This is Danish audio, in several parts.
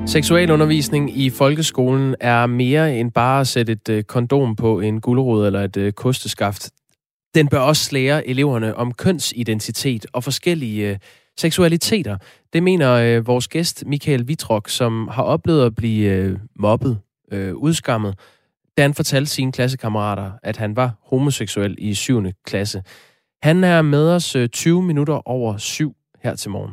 Seksualundervisning i folkeskolen er mere end bare at sætte et kondom på en gulerod eller et kosteskaft. Den bør også lære eleverne om kønsidentitet og forskellige seksualiteter. Det mener vores gæst Michael Wittrock, som har oplevet at blive mobbet, udskammet, da han fortalte sine klassekammerater, at han var homoseksuel i 7. klasse. Han er med os 20 minutter over 7 her til morgen.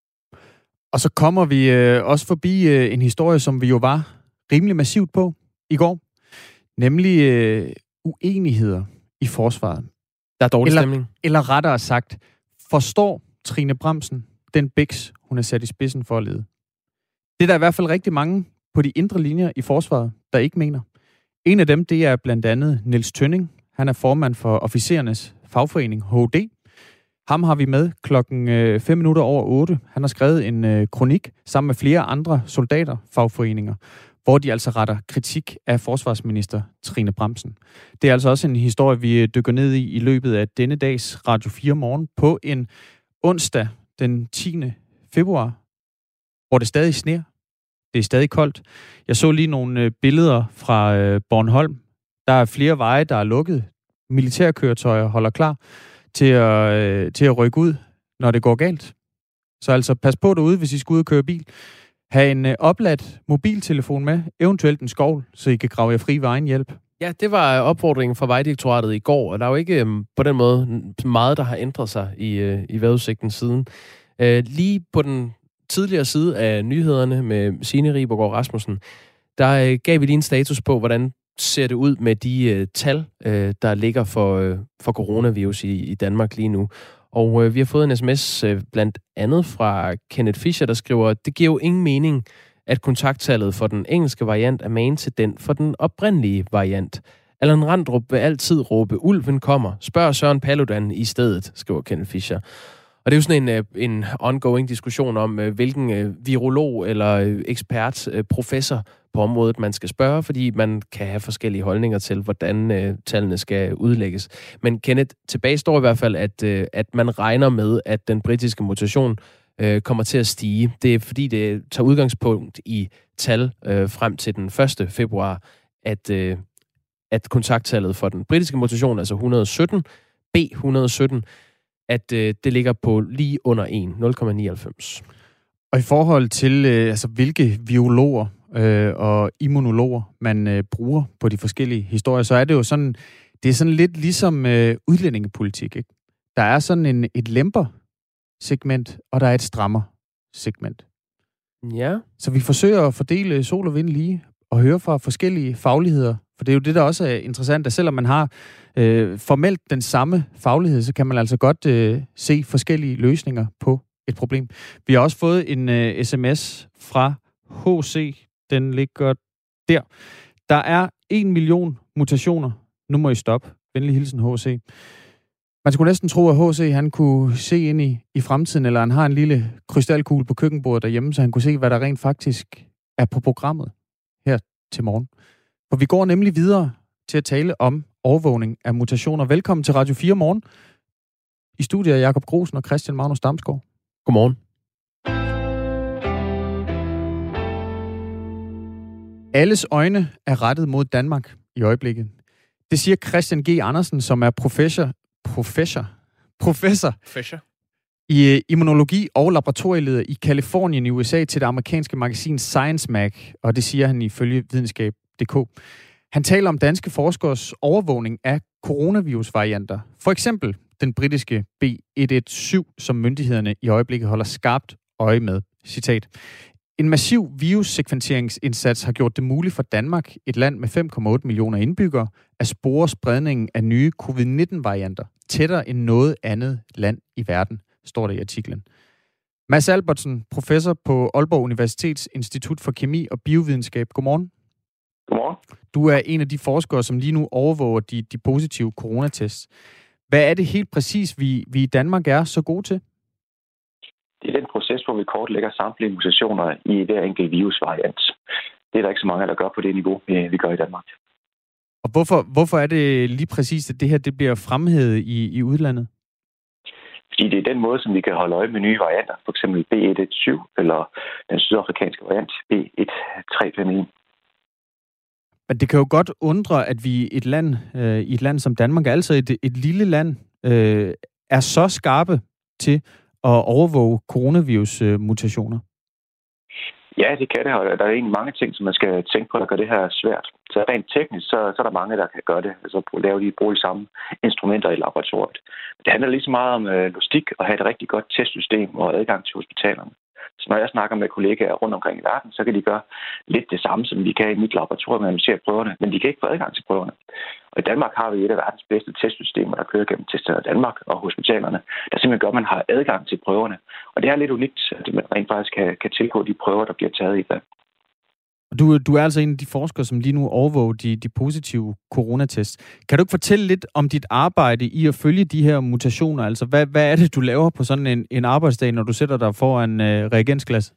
Og så kommer vi også forbi en historie, som vi jo var rimelig massivt på i går. Nemlig uenigheder i forsvaret. Der er dårlig stemning. Eller rettere sagt, forstår Trine Bramsen den biks, hun er sat i spidsen for at lede? Det er der i hvert fald rigtig mange på de indre linjer i forsvaret, der ikke mener. En af dem, det er blandt andet Niels Tønning. Han er formand for officerernes fagforening HD. Ham har vi med klokken 5 minutter over 8. Han har skrevet en kronik sammen med flere andre soldater, fagforeninger, hvor de altså retter kritik af forsvarsminister Trine Bramsen. Det er altså også en historie, vi dykker ned i løbet af denne dags Radio 4 morgen på en onsdag den 10. februar, hvor det stadig sner. Det er stadig koldt. Jeg så lige nogle billeder fra Bornholm. Der er flere veje, der er lukket. Militærkøretøjer holder klar til at rykke ud, når det går galt. Så altså pas på derude, hvis I skal ud og køre bil. Ha' en opladt mobiltelefon med, eventuelt en skovl, så I kan grave jer fri ved egen hjælp. Ja, det var opfordringen fra Vejdirektoratet i går, og der er jo ikke på den måde meget, der har ændret sig i vejrudsigten siden. Lige på den tidligere side af nyhederne med Signe Ribergaard Rasmussen, der gav vi lige en status på, hvordan ser det ud med de tal, der ligger for coronavirus i Danmark lige nu. Og vi har fået en sms blandt andet fra Kenneth Fischer, der skriver, at det giver jo ingen mening, at kontakttallet for den engelske variant er magen til den for den oprindelige variant. Allan Randrup vil altid råbe, ulven kommer. Spørg Søren Paludan i stedet, skriver Kenneth Fischer. Og det er jo sådan en ongoing diskussion om, hvilken virolog eller ekspert, professor på området, man skal spørge, fordi man kan have forskellige holdninger til, hvordan tallene skal udlægges. Men Kenneth, tilbage står i hvert fald, at man regner med, at den britiske mutation kommer til at stige. Det er fordi, det tager udgangspunkt i tal frem til den 1. februar, at kontakttallet for den britiske mutation, altså 117, B117, at det ligger på lige under 1, 0,99. Og i forhold til hvilke virologer og immunologer man bruger på de forskellige historier, så er det jo sådan, det er sådan lidt ligesom udlændingepolitik, ikke? Der er sådan et lemper-segment, og der er et strammer-segment. Ja. Så vi forsøger at fordele sol og vind lige, og høre fra forskellige fagligheder. For det er jo det, der også er interessant, at selvom man har formelt den samme faglighed, så kan man altså godt se forskellige løsninger på et problem. Vi har også fået en sms fra HC. Den ligger der. Der er 1 million mutationer. Nu må I stoppe. Venlig hilsen, HC. Man skulle næsten tro, at HC han kunne se ind i fremtiden, eller han har en lille krystalkugle på køkkenbordet derhjemme, så han kunne se, hvad der rent faktisk er på programmet her til morgen. For vi går nemlig videre til at tale om overvågning af mutationer. Velkommen til Radio 4 morgen. I studiet er Jakob Grosen og Christian Magnus Damsgaard. Godmorgen. Alles øjne er rettet mod Danmark i øjeblikket. Det siger Christian G. Andersen, som er professor i immunologi og laboratorieleder i Californien i USA til det amerikanske magasin Science Mag, og det siger han ifølge videnskab.dk. Han taler om danske forskers overvågning af coronavirusvarianter. For eksempel den britiske B117, som myndighederne i øjeblikket holder skarpt øje med. Citat. En massiv virussekventeringsindsats har gjort det muligt for Danmark, et land med 5,8 millioner indbyggere, at spore spredningen af nye covid-19-varianter tættere end noget andet land i verden, står der i artiklen. Mads Albertsen, professor på Aalborg Universitets Institut for Kemi og Biovidenskab. Godmorgen. Godmorgen. Du er en af de forskere, som lige nu overvåger de positive coronatests. Hvad er det helt præcis, vi i Danmark er så gode til? Det er den proces, hvor vi kortlægger samtlige mutationer i hver enkelt virusvariant. Det er der ikke så mange, der gør på det niveau, vi gør i Danmark. Og hvorfor er det lige præcis, at det her det bliver fremhævet i udlandet? Fordi det er den måde, som vi kan holde øje med nye varianter, for eksempel B117 eller den sydafrikanske variant B1351. Men det kan jo godt undre, at vi i et land som Danmark, altså et lille land, er så skarpe til at overvåge coronavirus-mutationer. Ja, det kan det, og der er egentlig mange ting, som man skal tænke på, der gør det her svært. Så rent teknisk, så er der mange, der kan gøre det, altså bruge de samme instrumenter i laboratoriet. Det handler lige så meget om logistik og have et rigtig godt testsystem og adgang til hospitalerne. Så når jeg snakker med kollegaer rundt omkring i verden, så kan de gøre lidt det samme, som vi kan i mit laboratorium, når vi ser prøverne, men de kan ikke få adgang til prøverne. Og i Danmark har vi et af verdens bedste testsystemer, der kører gennem Testcenter Danmark og hospitalerne, der simpelthen gør, at man har adgang til prøverne. Og det er lidt unikt, at man rent faktisk kan tilgå de prøver, der bliver taget i et land. Du er altså en af de forskere, som lige nu overvåger de positive coronatests. Kan du ikke fortælle lidt om dit arbejde i at følge de her mutationer? Altså, hvad er det, du laver på sådan en arbejdsdag, når du sætter dig foran reagensglas?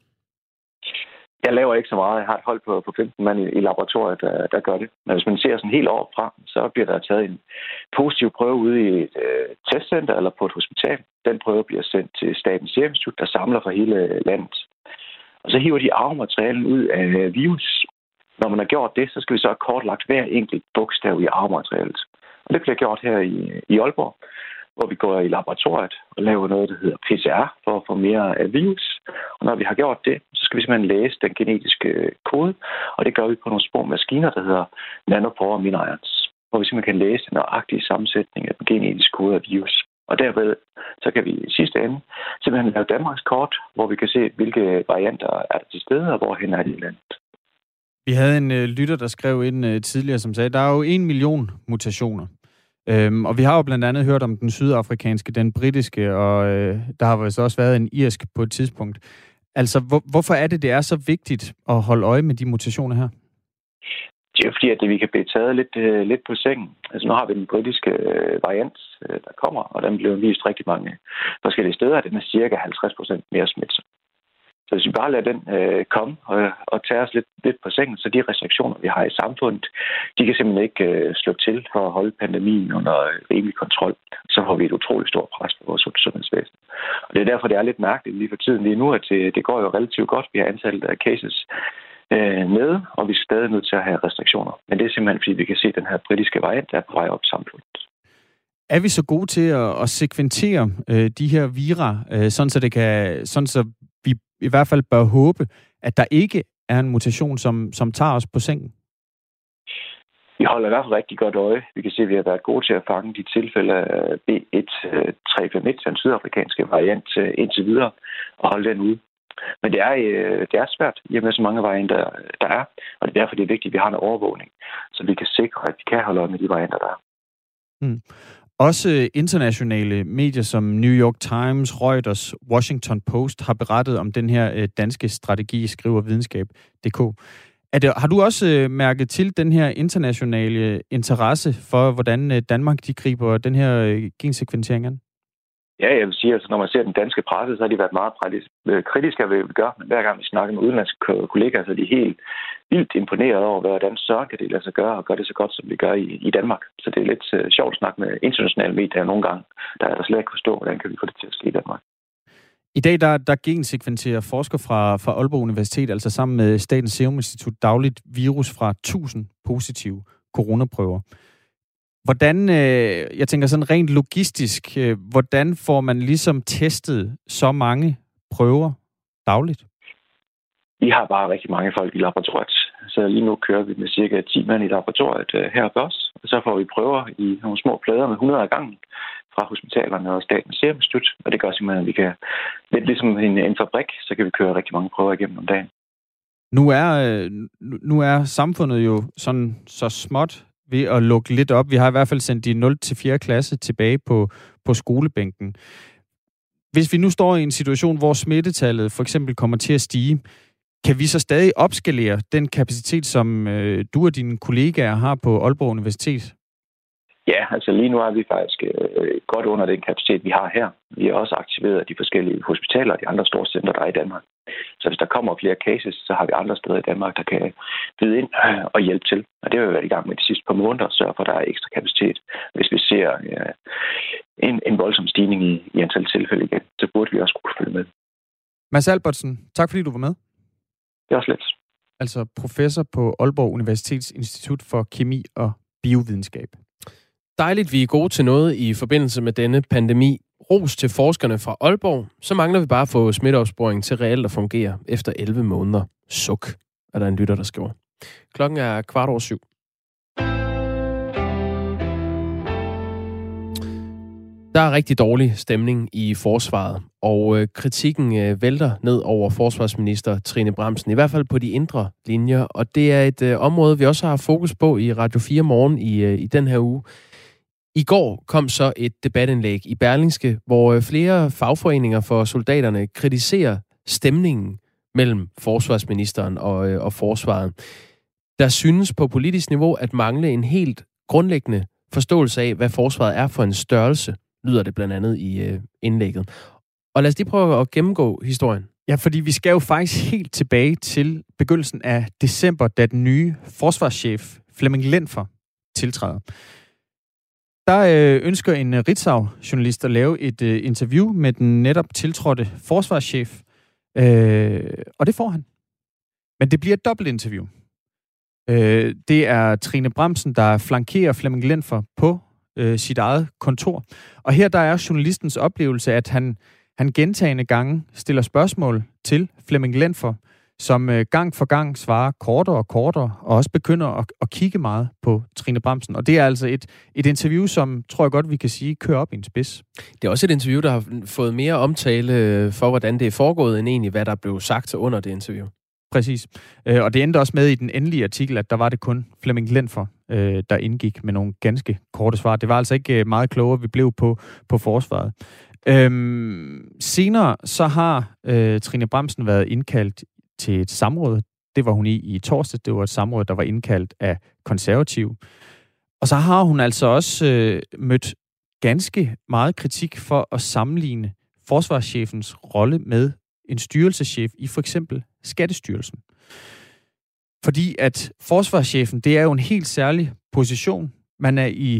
Jeg laver ikke så meget. Jeg har et hold på 15 mand i laboratoriet, der gør det. Men hvis man ser sådan helt over fra, så bliver der taget en positiv prøve ude i et testcenter eller på et hospital. Den prøve bliver sendt til Statens Serum Institut, der samler for hele landet. Og så hiver de arvematerialen ud af virus. Når man har gjort det, så skal vi så have kortlagt hver enkelt bogstav i arvematerialet. Og det bliver gjort her i Aalborg, hvor vi går i laboratoriet og laver noget, der hedder PCR, for at få mere af virus. Og når vi har gjort det, så skal vi simpelthen læse den genetiske kode, og det gør vi på nogle små maskiner, der hedder nanopore amino-ions, hvor vi simpelthen kan læse den nøjagtige sammensætning af den genetiske kode af virus. Og derved, så kan vi i sidste ende simpelthen lave Danmarks kort, hvor vi kan se, hvilke varianter er der til stede, og hvorhen er de i landet. Vi havde en lytter, der skrev ind tidligere, som sagde, der er jo 1 million mutationer. Og vi har jo blandt andet hørt om den sydafrikanske, den britiske, og der har vist også været en irsk på et tidspunkt. Altså, hvorfor er det er så vigtigt at holde øje med de mutationer her? Det er jo fordi, at vi kan blive taget lidt på sengen. Altså nu har vi den britiske variant, der kommer, og den bliver vist rigtig mange forskellige steder. Den er cirka 50% mere smitsom. Så hvis vi bare lader den komme og tage os lidt på sengen, så de restriktioner, vi har i samfundet, de kan simpelthen ikke slå til for at holde pandemien under rimelig kontrol. Så får vi et utroligt stort pres på vores sundhedsvæsen. Og det er derfor, det er lidt mærkeligt lige for tiden lige nu, at det går jo relativt godt. Vi har antallet af cases nede, og vi er stadig nødt til at have restriktioner. Men det er simpelthen, fordi vi kan se, at den her britiske variant er på vej op i samfundet. Er vi så gode til at sekventere de her vira, sådan så vi i hvert fald bør håbe, at der ikke er en mutation, som tager os på sengen? Vi holder i hvert fald rigtig godt øje. Vi kan se, at vi har været gode til at fange de tilfælde af B1351, den sydafrikanske variant, indtil videre, og holde den ude. Men det er svært, i og med så mange varianter, der er. Og det er derfor, det er vigtigt, at vi har en overvågning, så vi kan sikre, at vi kan holde øje med de varianter, der er. Også internationale medier som New York Times, Reuters, Washington Post har berettet om den her danske strategi, skriver videnskab.dk. Har du også mærket til den her internationale interesse for, hvordan Danmark de griber den her gensekventering an? Ja, jeg vil sige, altså når man ser den danske presse, så har de været meget kritiske af, hvad vi gør. Men hver gang vi snakker med udenlandske kollegaer, så er de helt vildt imponeret over, hvordan så kan det lade sig gøre, og gøre det så godt, som vi gør i Danmark. Så det er lidt sjovt at snakke med internationale medier nogle gange, der slet ikke forstår, hvordan kan vi få det til at ske i Danmark. I dag der gensekventerer forskere fra Aalborg Universitet, altså sammen med Statens Serum Institut, dagligt virus fra 1000 positive coronaprøver. Hvordan, jeg tænker sådan rent logistisk, hvordan får man ligesom testet så mange prøver dagligt? Vi har bare rigtig mange folk i laboratoriet, så lige nu kører vi med cirka 10 mand i laboratoriet heroppe også. Og så får vi prøver i nogle små plader med 100 af gangen fra hospitalerne og Statens Serum Institut. Og det gør simpelthen, at vi kan, lidt ligesom en fabrik, så kan vi køre rigtig mange prøver igennem om dagen. Nu er samfundet jo sådan så småt ved at lukke lidt op. Vi har i hvert fald sendt de 0. til 4. klasse tilbage på skolebænken. Hvis vi nu står i en situation, hvor smittetallet for eksempel kommer til at stige, kan vi så stadig opskalere den kapacitet, som du og dine kollegaer har på Aalborg Universitet? Ja, altså lige nu er vi faktisk godt under den kapacitet, vi har her. Vi har også aktiveret de forskellige hospitaler og de andre store centre, der er i Danmark. Så hvis der kommer flere cases, så har vi andre steder i Danmark, der kan byde ind og hjælpe til. Og det har vi været i gang med de sidste par måneder, så sørge for, at der er ekstra kapacitet. Hvis vi ser en voldsom stigning i antal tilfælde igen. Så burde vi også kunne følge med. Mads Albertsen, tak fordi du var med. Det var slet. Altså professor på Aalborg Universitets Institut for Kemi og Biovidenskab. Dejligt, vi er gode til noget i forbindelse med denne pandemi. Ros til forskerne fra Aalborg. Så mangler vi bare at få smitteopsporingen til reelt at fungere efter 11 måneder. Suk, er der en lytter, der skriver. Klokken er 7:15. Der er rigtig dårlig stemning i forsvaret, og kritikken vælter ned over forsvarsminister Trine Bramsen, i hvert fald på de indre linjer. Og det er et område, vi også har fokus på i Radio 4 Morgen i den her uge. I går kom så et debatindlæg i Berlingske, hvor flere fagforeninger for soldaterne kritiserer stemningen mellem forsvarsministeren og forsvaret. Der synes på politisk niveau at mangle en helt grundlæggende forståelse af, hvad forsvaret er for en størrelse, lyder det blandt andet i indlægget. Og lad os lige prøve at gennemgå historien. Ja, fordi vi skal jo faktisk helt tilbage til begyndelsen af december, da den nye forsvarschef Flemming Lenfer tiltræder. Der ønsker en Ritzau-journalist at lave et interview med den netop tiltrådte forsvarschef, og det får han. Men det bliver et dobbeltinterview. Det er Trine Bramsen, der flankerer Flemming Lenfer på sit eget kontor. Og her der er journalistens oplevelse, at han gentagne gange stiller spørgsmål til Flemming Lenfer, som gang for gang svarer kortere og kortere, og også begynder at kigge meget på Trine Bramsen. Og det er altså et interview, som tror jeg godt, vi kan sige, kører op i en spids. Det er også et interview, der har fået mere omtale for, hvordan det er foregået, end egentlig, hvad der blev sagt under det interview. Præcis. Og det endte også med i den endelige artikel, at der var det kun Flemming Lenfer, der indgik med nogle ganske korte svar. Det var altså ikke meget klogere, vi blev på forsvaret. Senere så har Trine Bramsen været indkaldt til et samråd. Det var hun i torsdag. Det var et samråd, der var indkaldt af konservative. Og så har hun altså også mødt ganske meget kritik for at sammenligne forsvarschefens rolle med en styrelseschef i for eksempel Skattestyrelsen. Fordi at forsvarschefen, det er jo en helt særlig position. Man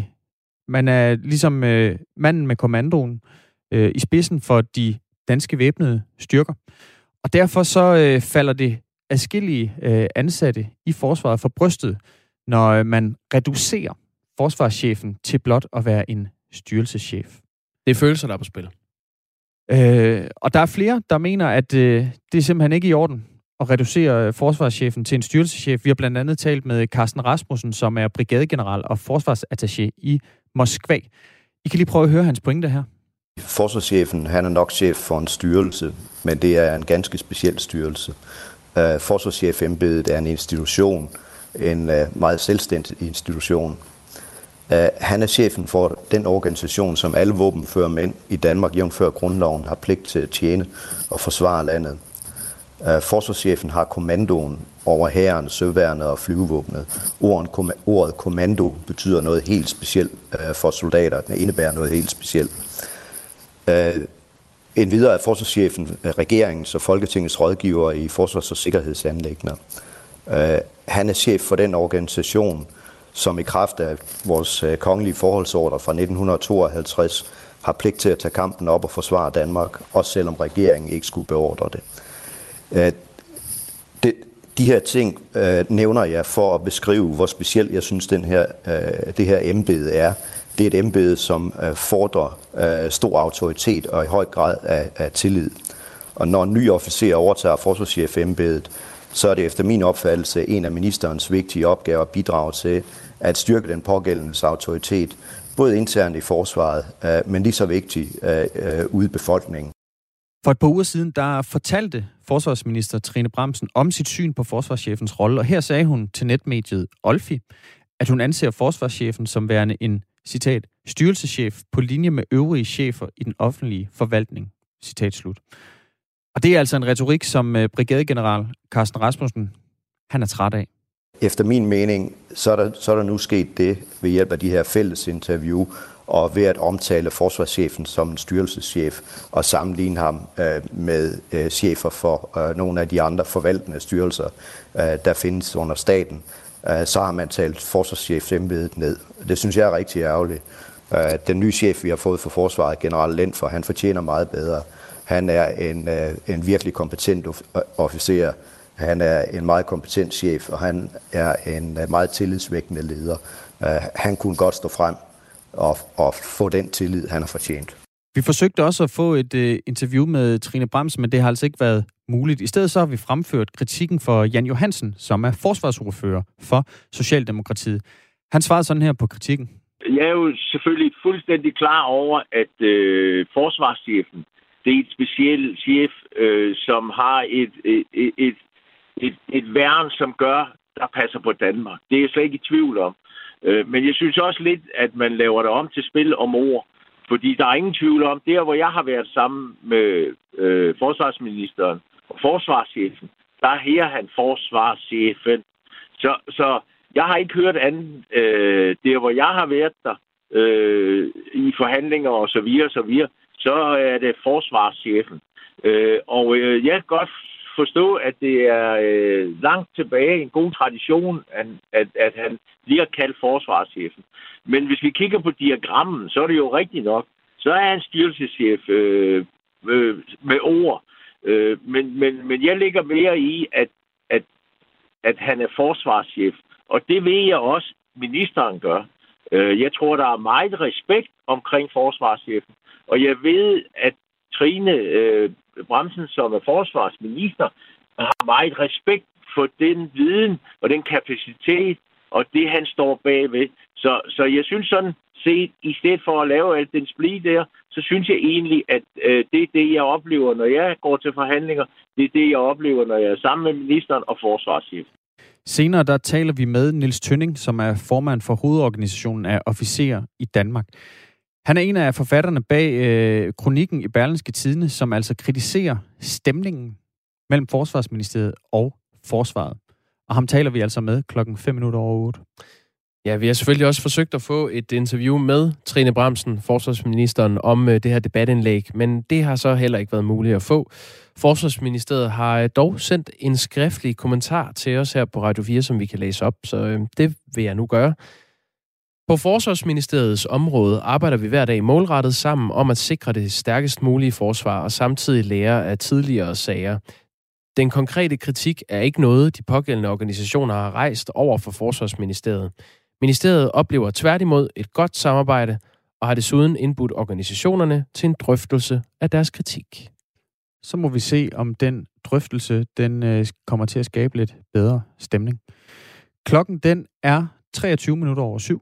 er ligesom manden med kommandoen i spidsen for de danske væbnede styrker. Og derfor så falder det adskillige ansatte i forsvaret for brystet, når man reducerer forsvarschefen til blot at være en styrelseschef. Det er følelser, der er på spil. Og der er flere, der mener, at det er simpelthen ikke i orden at reducere forsvarschefen til en styrelseschef. Vi har blandt andet talt med Carsten Rasmussen, som er brigadegeneral og forsvarsattaché i Moskva. I kan lige prøve at høre hans pointe her. Forsvarschefen, han er nok chef for en styrelse, men det er en ganske speciel styrelse. Forsvarschefembedet er en institution, en meget selvstændig institution. Han er chefen for den organisation, som alle våbenførere mænd i Danmark, jævnfør grundloven, har pligt til at tjene og forsvare landet. Forsvarschefen har kommandoen over hæren, søværnet og flyvevåbnet. Ordet kommando betyder noget helt specielt for soldater. Den indebærer noget helt specielt. Endvidere er forsvarschefen regeringens og Folketingets rådgiver i forsvars- og sikkerhedsanliggender. Han er chef for den organisation, som i kraft af vores kongelige forholdsordre fra 1952 har pligt til at tage kampen op og forsvare Danmark, også selvom regeringen ikke skulle beordre det. De her ting nævner jeg for at beskrive, hvor specielt jeg synes, det her embede er. Det er et embede, som fordrer stor autoritet og i høj grad af tillid. Og når en ny officer overtager forsvarschef-embedet, så er det efter min opfattelse en af ministerens vigtige opgaver at bidrage til at styrke den pågældendes autoritet, både internt i forsvaret, men lige så vigtigt ude i befolkningen. For et par uger siden, der fortalte forsvarsminister Trine Bramsen om sit syn på forsvarschefens rolle, og her sagde hun til netmediet Olfi, at hun anser forsvarschefen som værende en, citat, styrelseschef på linje med øvrige chefer i den offentlige forvaltning, citat slut. Og det er altså en retorik, som brigadegeneral Carsten Rasmussen, han er træt af. Efter min mening, så er der nu sket det ved hjælp af de her fælles interview, og ved at omtale forsvarschefen som en styrelseschef og sammenligne ham med chefer for nogle af de andre forvaltende styrelser, der findes under staten, så har man talt forsvarschefembedet ned. Det synes jeg er rigtig ærgerligt. Den nye chef, vi har fået for forsvaret, general Lentfer, han fortjener meget bedre. Han er en virkelig kompetent officer. Han er en meget kompetent chef, og han er en meget tillidsvækkende leder. Han kunne godt stå frem og få den tillid, han har fortjent. Vi forsøgte også at få et interview med Trine Bramsen, men det har altså ikke været muligt. I stedet så har vi fremført kritikken for Jan Johansen, som er forsvarsordfører for Socialdemokratiet. Han svarede sådan her på kritikken. Jeg er jo selvfølgelig fuldstændig klar over, at forsvarschefen, det er et specielt chef, som har et værn, som gør, der passer på Danmark. Det er jeg slet ikke i tvivl om. Men jeg synes også lidt, at man laver det om til spil om ord. Fordi der er ingen tvivl om, der hvor jeg har været sammen med forsvarsministeren og forsvarschefen, der her han forsvarschefen. Så jeg har ikke hørt andet, der hvor jeg har været der i forhandlinger og så videre, så er det forsvarschefen. Og jeg kan godt forstå, at det er langt tilbage en god tradition, at han bliver kaldt forsvarschefen. Men hvis vi kigger på diagrammen, så er det jo rigtigt nok. Så er han styrelseschef med ord. Men jeg ligger mere i, at han er forsvarschef. Og det ved jeg også, ministeren gør. Jeg tror, der er meget respekt omkring forsvarschefen. Og jeg ved, at Trine Bramsen, som er forsvarsminister, har meget respekt for den viden og den kapacitet, og det han står bagved. Så jeg synes sådan set, i stedet for at lave alt den splid der, så synes jeg egentlig, at det er det, jeg oplever, når jeg går til forhandlinger. Det er det, jeg oplever, når jeg er sammen med ministeren og forsvarschefen. Senere der taler vi med Niels Tønning, som er formand for hovedorganisationen af officerer i Danmark. Han er en af forfatterne bag kronikken i Berlingske Tidende, som altså kritiserer stemningen mellem Forsvarsministeriet og Forsvaret. Og ham taler vi altså med 7:05. Ja, vi har selvfølgelig også forsøgt at få et interview med Trine Bramsen, forsvarsministeren, om det her debatindlæg, men det har så heller ikke været muligt at få. Forsvarsministeriet har dog sendt en skriftlig kommentar til os her på Radio 4, som vi kan læse op, så det vil jeg nu gøre. På Forsvarsministeriets område arbejder vi hver dag målrettet sammen om at sikre det stærkest mulige forsvar og samtidig lære af tidligere sager. Den konkrete kritik er ikke noget, de pågældende organisationer har rejst over for Forsvarsministeriet. Ministeriet oplever tværtimod et godt samarbejde og har desuden indbudt organisationerne til en drøftelse af deres kritik. Så må vi se, om den drøftelse den kommer til at skabe lidt bedre stemning. Klokken den er 7:23.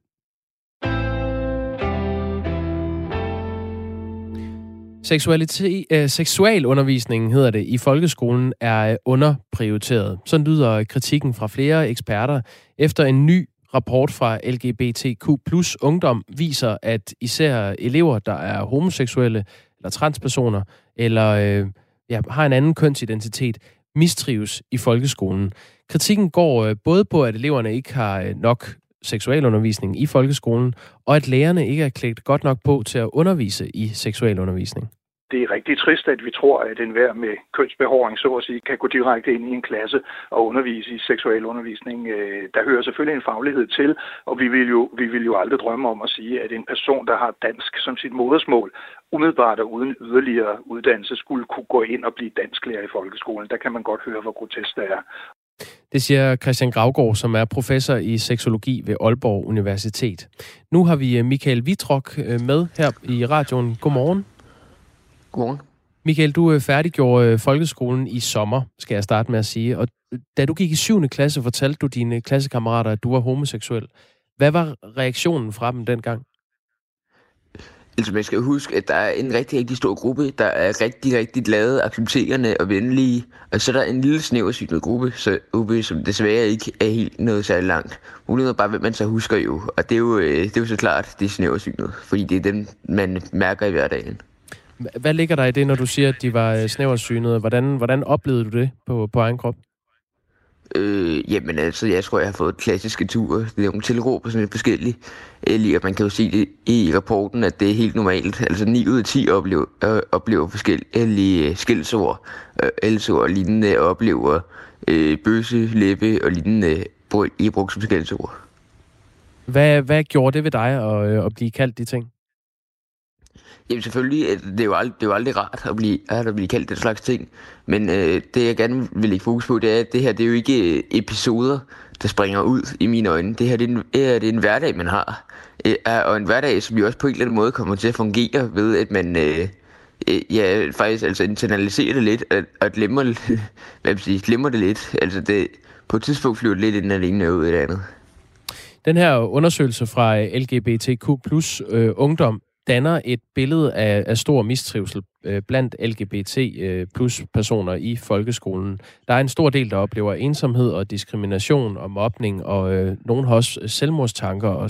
Seksualundervisningen, hedder det, i folkeskolen er underprioriteret. Sådan lyder kritikken fra flere eksperter, efter en ny rapport fra LGBTQ+ Ungdom viser, at især elever, der er homoseksuelle eller transpersoner, eller har en anden kønsidentitet, mistrives i folkeskolen. Kritikken går både på, at eleverne ikke har nok seksualundervisning i folkeskolen, og at lærerne ikke er klædt godt nok på til at undervise i seksualundervisning. Det er rigtig trist, at vi tror, at enhver med kønsbehåring, så at sige, kan gå direkte ind i en klasse og undervise i seksualundervisning. Der hører selvfølgelig en faglighed til, og vi vil jo aldrig drømme om at sige, at en person, der har dansk som sit modersmål, umiddelbart og uden yderligere uddannelse, skulle kunne gå ind og blive dansklærer i folkeskolen. Der kan man godt høre, hvor grotesk det er. Det siger Christian Gravgaard, som er professor i seksologi ved Aalborg Universitet. Nu har vi Michael Vitrok med her i radioen. Godmorgen. Godmorgen. Michael, du færdiggjorde folkeskolen i sommer, skal jeg starte med at sige. Og da du gik i 7. klasse, fortalte du dine klassekammerater, at du var homoseksuel. Hvad var reaktionen fra dem dengang? Altså, man skal huske, at der er en rigtig, rigtig stor gruppe, der er rigtig, rigtig glade, accepterende og venlige. Og så er der en lille snæversynet gruppe, som desværre ikke er helt noget særlig langt. Muligheden er bare, hvad man så husker jo. Og det er jo så klart, det er snæversynet, fordi det er dem, man mærker i hverdagen. Hvad ligger der i det, når du siger, at de var snæversynede? Hvordan oplevede du det på egen krop? Jamen altså, jeg tror, jeg har fået klassiske ture. Det er nogle tilråb og sådan lidt forskellige. Og man kan jo se det i rapporten, at det er helt normalt. Altså 9 ud af 10 oplever forskellige skældsord, elsord og lignende, oplever bøsse, læbe og lignende i brugt som skældsord. Hvad gjorde det ved dig at blive kaldt de ting? Jamen selvfølgelig, det er jo aldrig rart at blive kaldt den slags ting. Men det jeg gerne vil lægge fokus på, det er, at det her det er jo ikke episoder, der springer ud i mine øjne. Det her det er en hverdag, man har. Og en hverdag, som jo også på en eller anden måde kommer til at fungere ved, at man faktisk altså internaliserer det lidt, og glemmer det lidt. Altså det, på et tidspunkt flyver det lidt ind af det ene og ud af det andet. Den her undersøgelse fra LGBTQ+ ungdom danner et billede af stor mistrivsel blandt LGBT plus personer i folkeskolen. Der er en stor del, der oplever ensomhed og diskrimination og mobning, og nogen har også selvmordstanker og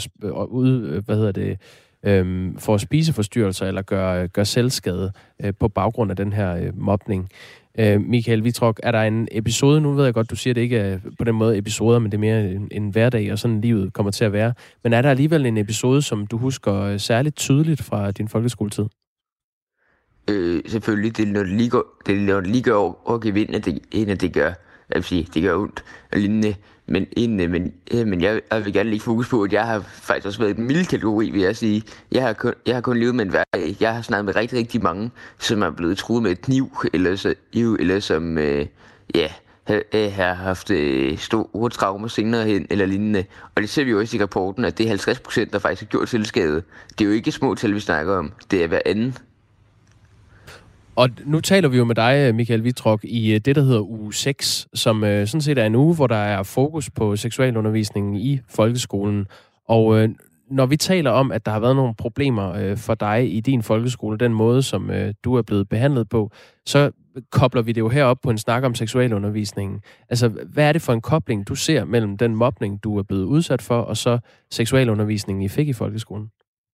får spiseforstyrrelser eller gør selvskade på baggrund af den her mobning. Michael Wittrock, er der en episode, nu ved jeg godt, du siger, det ikke er på den måde episoder, men det er mere en hverdag, og sådan livet kommer til at være. Men er der alligevel en episode, som du husker særligt tydeligt fra din folkeskoletid? Selvfølgelig, det er når det lige går over gevind, at det gør, det gør ondt og lignende. Men jeg vil gerne lægge fokus på, at jeg har faktisk også været i den milde kategori, vil jeg sige. Jeg har kun levet med en hverdag. Jeg har snakket med rigtig, rigtig mange, som er blevet truet med et kniv, eller som har haft store traumer senere hen, eller lignende. Og det ser vi jo også i rapporten, at det er 50%, der faktisk har gjort selvskade. Det er jo ikke små tal, vi snakker om. Det er hver anden. Og nu taler vi jo med dig, Michael Wittrock, i det, der hedder uge 6, som sådan set er en uge, hvor der er fokus på seksualundervisningen i folkeskolen. Og når vi taler om, at der har været nogle problemer for dig i din folkeskole, den måde, som du er blevet behandlet på, så kobler vi det jo herop på en snak om seksualundervisningen. Altså, hvad er det for en kobling, du ser mellem den mobning, du er blevet udsat for, og så seksualundervisningen, I fik i folkeskolen?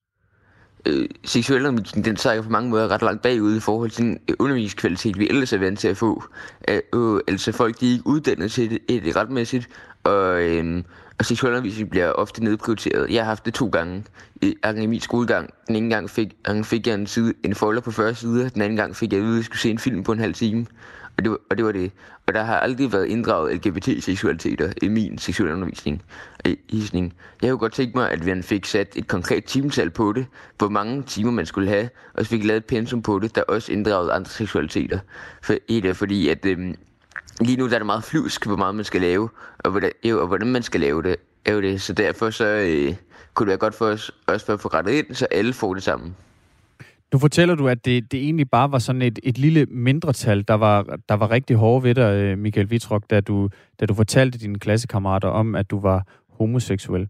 Seksualundervisning, den tager på mange måder ret langt bagud i forhold til den undervisningskvalitet, vi ellers er vant til at få. Altså folk, de er ikke uddannet til det retmæssigt, og seksualundervisning bliver ofte nedprioriteret. Jeg har haft det 2 gange i min skolegang. Den ene gang fik jeg en folder på 40 sider, den anden gang fik jeg at vide, at jeg skulle se en film på en halv time. Og det var det. Og der har aldrig været inddraget LGBT-seksualiteter i min seksualundervisning. Jeg kunne godt tænke mig, at vi fik sat et konkret timetal på det, hvor mange timer man skulle have, og så fik lavet et pensum på det, der også inddraget andre seksualiteter. Fordi at lige nu der er det meget flyvsk, hvor meget man skal lave, og hvordan man skal lave det. Så derfor så kunne det være godt for os også at få rettet ind, så alle får det sammen. Nu fortæller du, at det egentlig bare var sådan et lille mindretal, der var rigtig hårde ved dig, Michael Wittrock, da du fortalte dine klassekammerater om, at du var homoseksuel.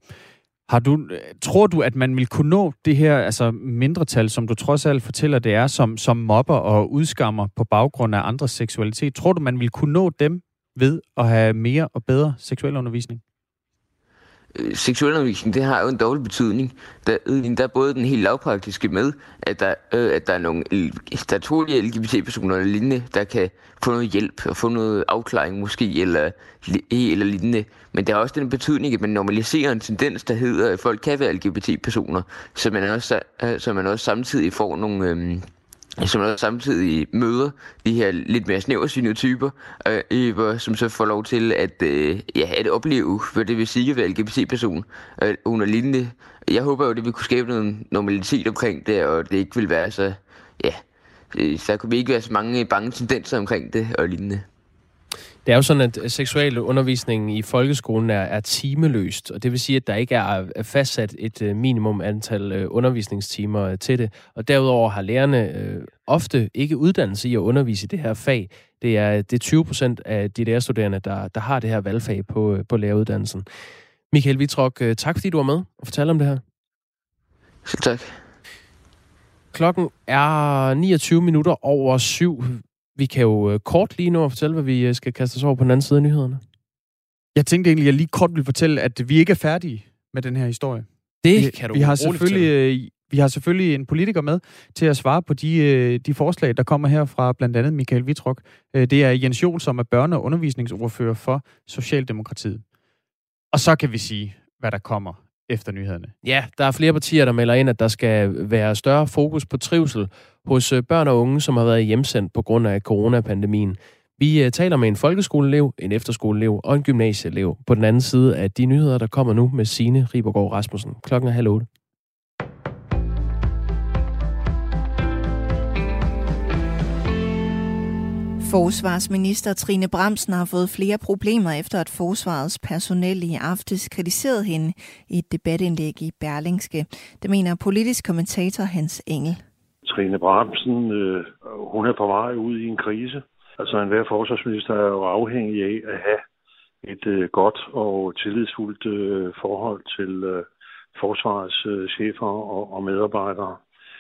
Tror du, at man vil kunne nå det her altså mindretal, som du trods alt fortæller, det er, som mobber og udskammer på baggrund af andres seksualitet? Tror du, man vil kunne nå dem ved at have mere og bedre seksualundervisning? Seksualundervisning, det har jo en dårlig betydning. Der er både den helt lavpraktiske med, at der er nogle statuerlige LGBT-personer eller lignende, der kan få noget hjælp og få noget afklaring måske, eller lignende. Men der er også den betydning, at man normaliserer en tendens, der hedder, at folk kan være LGBT-personer, så man også samtidig får nogle... som også samtidig møder de her lidt mere snæversynede typer, som så får lov til at opleve, hvad det vil sige at være LGBT-person under lignende. Jeg håber jo, at det vil kunne skabe noget normalitet omkring det, og det ikke vil være så, så kunne vi ikke være så mange bange tendenser omkring det og lignende. Det er jo sådan, at seksualundervisningen i folkeskolen er timeløst, og det vil sige, at der ikke er fastsat et minimum antal undervisningstimer til det. Og derudover har lærerne ofte ikke uddannelse i at undervise i det her fag. Det er 20% af de lærerstuderende, der har det her valgfag på læreruddannelsen. Michael Wittrock, tak fordi du var med og fortalte om det her. Selv tak. Klokken er 29 minutter over 7. Vi kan jo kort lige nu fortælle, hvad vi skal kaste os over på den anden side af nyhederne. Jeg tænkte egentlig, at jeg lige kort vil fortælle, at vi ikke er færdige med den her historie. Det kan du Vi har selvfølgelig en politiker med til at svare på de forslag, der kommer her fra blandt andet Michael Wittrock. Det er Jens Joel, som er børne- og undervisningsordfører for Socialdemokratiet. Og så kan vi sige, hvad der kommer efter nyhederne. Ja, der er flere partier, der melder ind, at der skal være større fokus på trivsel hos børn og unge, som har været hjemsendt på grund af coronapandemien. Vi taler med en folkeskoleelev, en efterskoleelev og en gymnasieelev på den anden side af de nyheder, der kommer nu med Signe Ribergaard Rasmussen. Klokken er 7:30. Forsvarsminister Trine Bramsen har fået flere problemer efter, at forsvarets personel i aftes kritiserede hende i et debatindlæg i Berlingske. Det mener politisk kommentator Hans Engel. Trine Bramsen, hun er på vej ud i en krise. Altså enhver forsvarsminister er jo afhængig af at have et godt og tillidsfuldt forhold til forsvarets chefer og medarbejdere.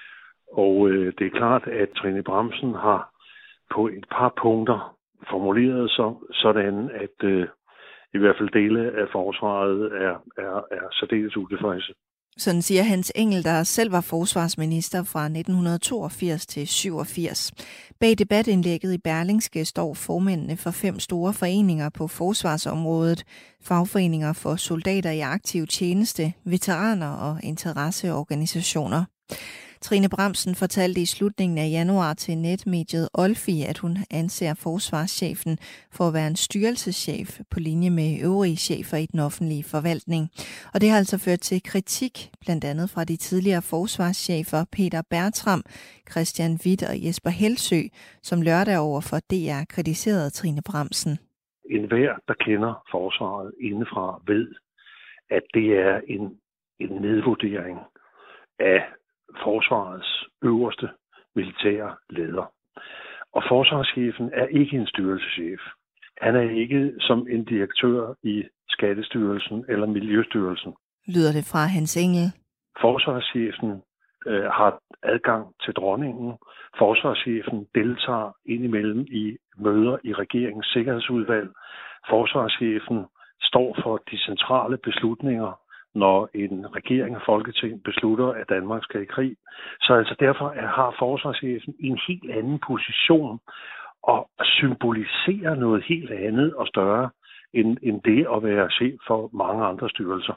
Og det er klart, at Trine Bramsen har på et par punkter formuleret sådan, at i hvert fald dele af forsvaret er særdeles utilfredse. Sådan siger Hans Engel, der selv var forsvarsminister fra 1982 til 87. Bag debatindlægget i Berlingske står formændene for 5 store foreninger på forsvarsområdet, fagforeninger for soldater i aktiv tjeneste, veteraner og interesseorganisationer. Trine Bramsen fortalte i slutningen af januar til netmediet Olfi, at hun anser forsvarschefen for at være en styrelseschef på linje med øvrige chefer i den offentlige forvaltning. Og det har altså ført til kritik, blandt andet fra de tidligere forsvarschefer Peter Bertram, Christian Witt og Jesper Helsø, som lørdag over for DR kritiserede Trine Bramsen. Enhver, der kender forsvaret indefra, ved, at det er en nedvurdering af forsvarets øverste militære leder. Og forsvarschefen er ikke en styrelseschef. Han er ikke som en direktør i Skattestyrelsen eller Miljøstyrelsen. Lyder det fra Hans Engel. Forsvarschefen har adgang til dronningen. Forsvarschefen deltager indimellem i møder i regeringens sikkerhedsudvalg. Forsvarschefen står for de centrale beslutninger, når en regering og folketing beslutter, at Danmark skal i krig. Så altså derfor har forsvarschefen en helt anden position og symboliserer noget helt andet og større end det at være chef for mange andre styrelser.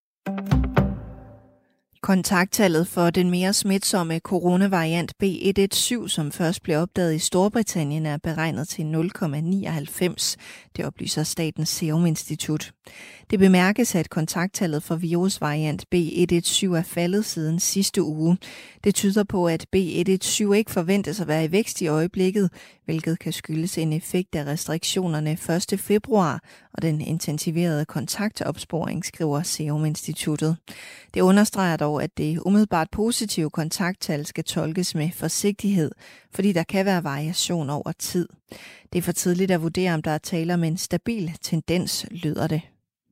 Kontakttallet for den mere smitsomme coronavariant B117, som først blev opdaget i Storbritannien, er beregnet til 0,99. Det oplyser Statens Serum Institut. Det bemærkes, at kontakttallet for virusvariant B117 er faldet siden sidste uge. Det tyder på, at B117 ikke forventes at være i vækst i øjeblikket, hvilket kan skyldes en effekt af restriktionerne 1. februar og den intensiverede kontaktopsporing, skriver Serum Instituttet. Det understreger dog, at det umiddelbart positive kontakttal skal tolkes med forsigtighed, fordi der kan være variation over tid. Det er for tidligt at vurdere, om der er tale om en stabil tendens, lyder det.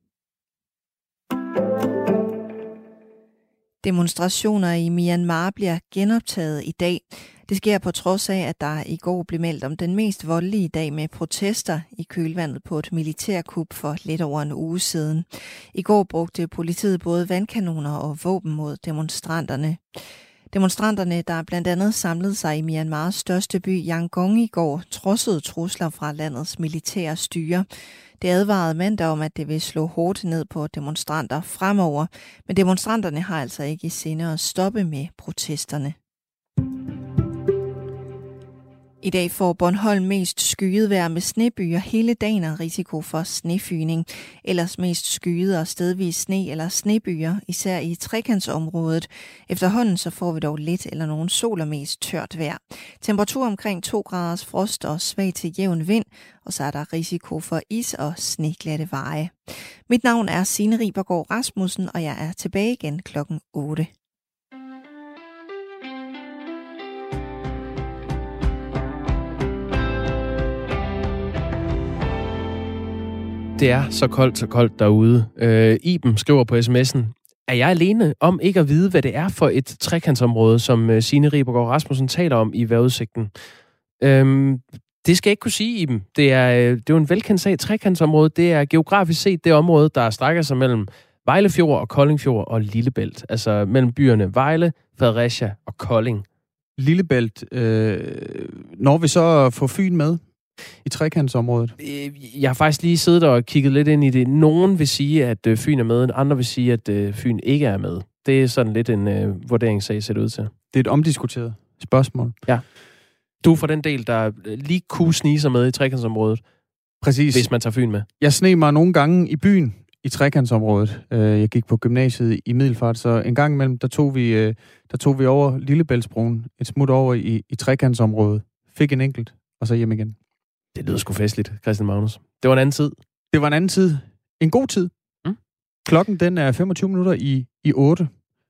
Demonstrationer i Myanmar bliver genoptaget i dag. Det sker på trods af, at der i går blev meldt om den mest voldelige dag med protester i kølvandet på et militærkup for lidt over en uge siden. I går brugte politiet både vandkanoner og våben mod demonstranterne. Demonstranterne, der blandt andet samlede sig i Myanmars største by Yangon i går, trodsede trusler fra landets militære styre. Det advarede mandag om, at det vil slå hårdt ned på demonstranter fremover, men demonstranterne har altså ikke i sinde at stoppe med protesterne. I dag får Bornholm mest skyet vejr med snebyer hele dagen og risiko for snefyning. Ellers mest skyet og stedvis sne eller snebyer, især i trekantsområdet. Efterhånden så får vi dog lidt eller nogen sol og mest tørt vejr. Temperatur omkring 2 graders frost og svag til jævn vind, og så er der risiko for is og sneglatte veje. Mit navn er Signe Ribergaard Rasmussen, og jeg er tilbage igen klokken 8. Det er så koldt derude. Iben skriver på sms'en, er jeg alene om ikke at vide, hvad det er for et trekantsområde, som Signe Ribergaard Rasmussen taler om i vejrudsigten? Det skal jeg ikke kunne sige, Iben. Det er jo en velkendt sag. Trekantsområdet, det er geografisk set det område, der strækker sig mellem Vejlefjord og Koldingfjord og Lillebælt. Altså mellem byerne Vejle, Fredericia og Kolding. Lillebælt, når vi så får Fyn med i trekantsområdet? Jeg har faktisk lige siddet og kigget lidt ind i det. Nogen vil sige, at Fyn er med, andre vil sige, at Fyn ikke er med. Det er sådan lidt en vurderingssag, ser det ud til. Det er et omdiskuteret spørgsmål. Ja. Du er for den del, der lige kunne snige sig med i trekantsområdet. Præcis. Hvis man tager Fyn med. Jeg sneg mig nogle gange i byen i trekantsområdet. Jeg gik på gymnasiet i Middelfart, så en gang imellem, der tog vi over Lillebæltsbroen, et smut over i trekantsområdet. Fik en enkelt, og så hjem igen. Det lyder sgu festligt, Christian Magnus. Det var en anden tid. Det var en anden tid. En god tid. Klokken, den er 25 minutter i 8.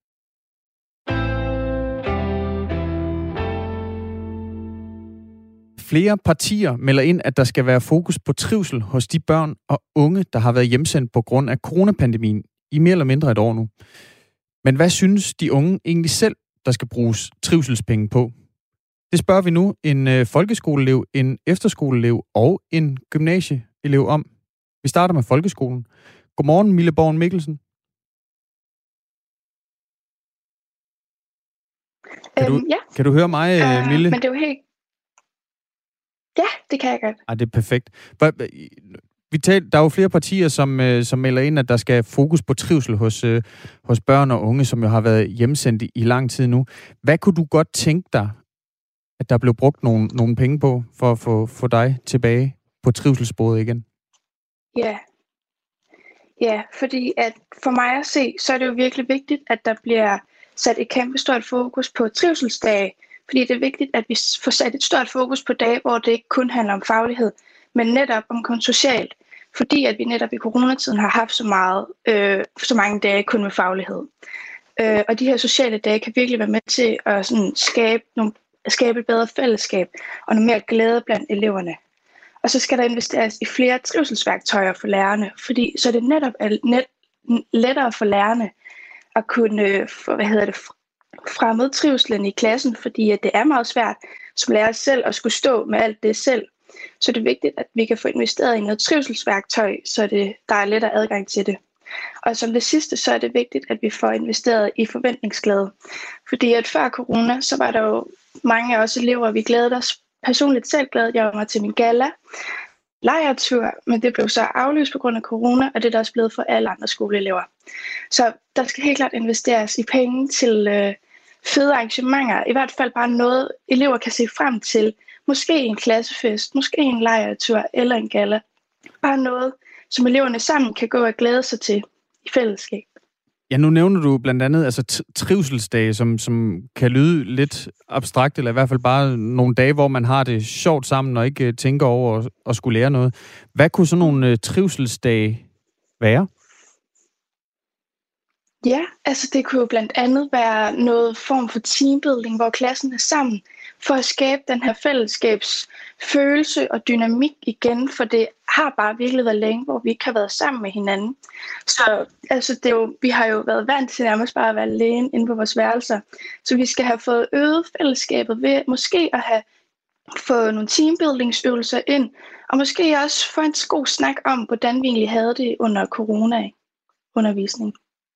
Flere partier melder ind, at der skal være fokus på trivsel hos de børn og unge, der har været hjemsendt på grund af coronapandemien i mere eller mindre et år nu. Men hvad synes de unge egentlig selv, der skal bruges trivselspenge på? Det spørger vi nu en folkeskoleelev, en efterskoleelev og en gymnasieelev om. Vi starter med folkeskolen. Godmorgen, Mille Borgen Mikkelsen. Kan du høre mig, Mille? Men det er jo helt... Ja, det kan jeg godt. Det er perfekt. Der er jo flere partier, som melder ind, at der skal fokus på trivsel hos børn og unge, som jo har været hjemsendt i lang tid nu. Hvad kunne du godt tænke dig, at der blev brugt nogle penge på, for at få dig tilbage på trivselssporet igen? Ja, fordi at for mig at se, så er det jo virkelig vigtigt, at der bliver sat et kæmpe stort fokus på trivselsdage. Fordi det er vigtigt, at vi får sat et stort fokus på dage, hvor det ikke kun handler om faglighed, men netop om kun socialt. Fordi at vi netop i coronatiden har haft så mange dage kun med faglighed. Og de her sociale dage kan virkelig være med til at sådan skabe et bedre fællesskab og noget mere glæde blandt eleverne. Og så skal der investeres i flere trivselsværktøjer for lærerne, fordi så er det netop lettere for lærerne at kunne fremme trivslen i klassen, fordi at det er meget svært som lærer selv at skulle stå med alt det selv. Så det er vigtigt, at vi kan få investeret i noget trivselsværktøj, så der er lettere adgang til det. Og som det sidste, så er det vigtigt, at vi får investeret i forventningsglæde. Fordi at før corona, så var der jo mange af os elever, vi glædede os. Personligt selv glædede jeg mig til min gala lejretur, men det blev så aflyst på grund af corona, og det er der også blevet for alle andre skoleelever. Så der skal helt klart investeres i penge til fede arrangementer, i hvert fald bare noget, elever kan se frem til. Måske en klassefest, måske en lejretur eller en gala. Bare noget, som eleverne sammen kan gå og glæde sig til i fællesskab. Ja, nu nævner du blandt andet trivselsdage, som kan lyde lidt abstrakt, eller i hvert fald bare nogle dage, hvor man har det sjovt sammen og ikke tænker over at skulle lære noget. Hvad kunne sådan nogle trivselsdage være? Ja, det kunne jo blandt andet være noget form for teambuilding, hvor klassen er sammen for at skabe den her fællesskabsfølelse og dynamik igen, for det har bare virkelig været længe, hvor vi ikke har været sammen med hinanden. Så vi har jo været vant til nærmest bare at være alene inde på vores værelser. Så vi skal have fået øget fællesskabet ved måske at have fået nogle teambuildingsøvelser ind, og måske også få en god snak om, hvordan vi egentlig havde det under corona-undervisning.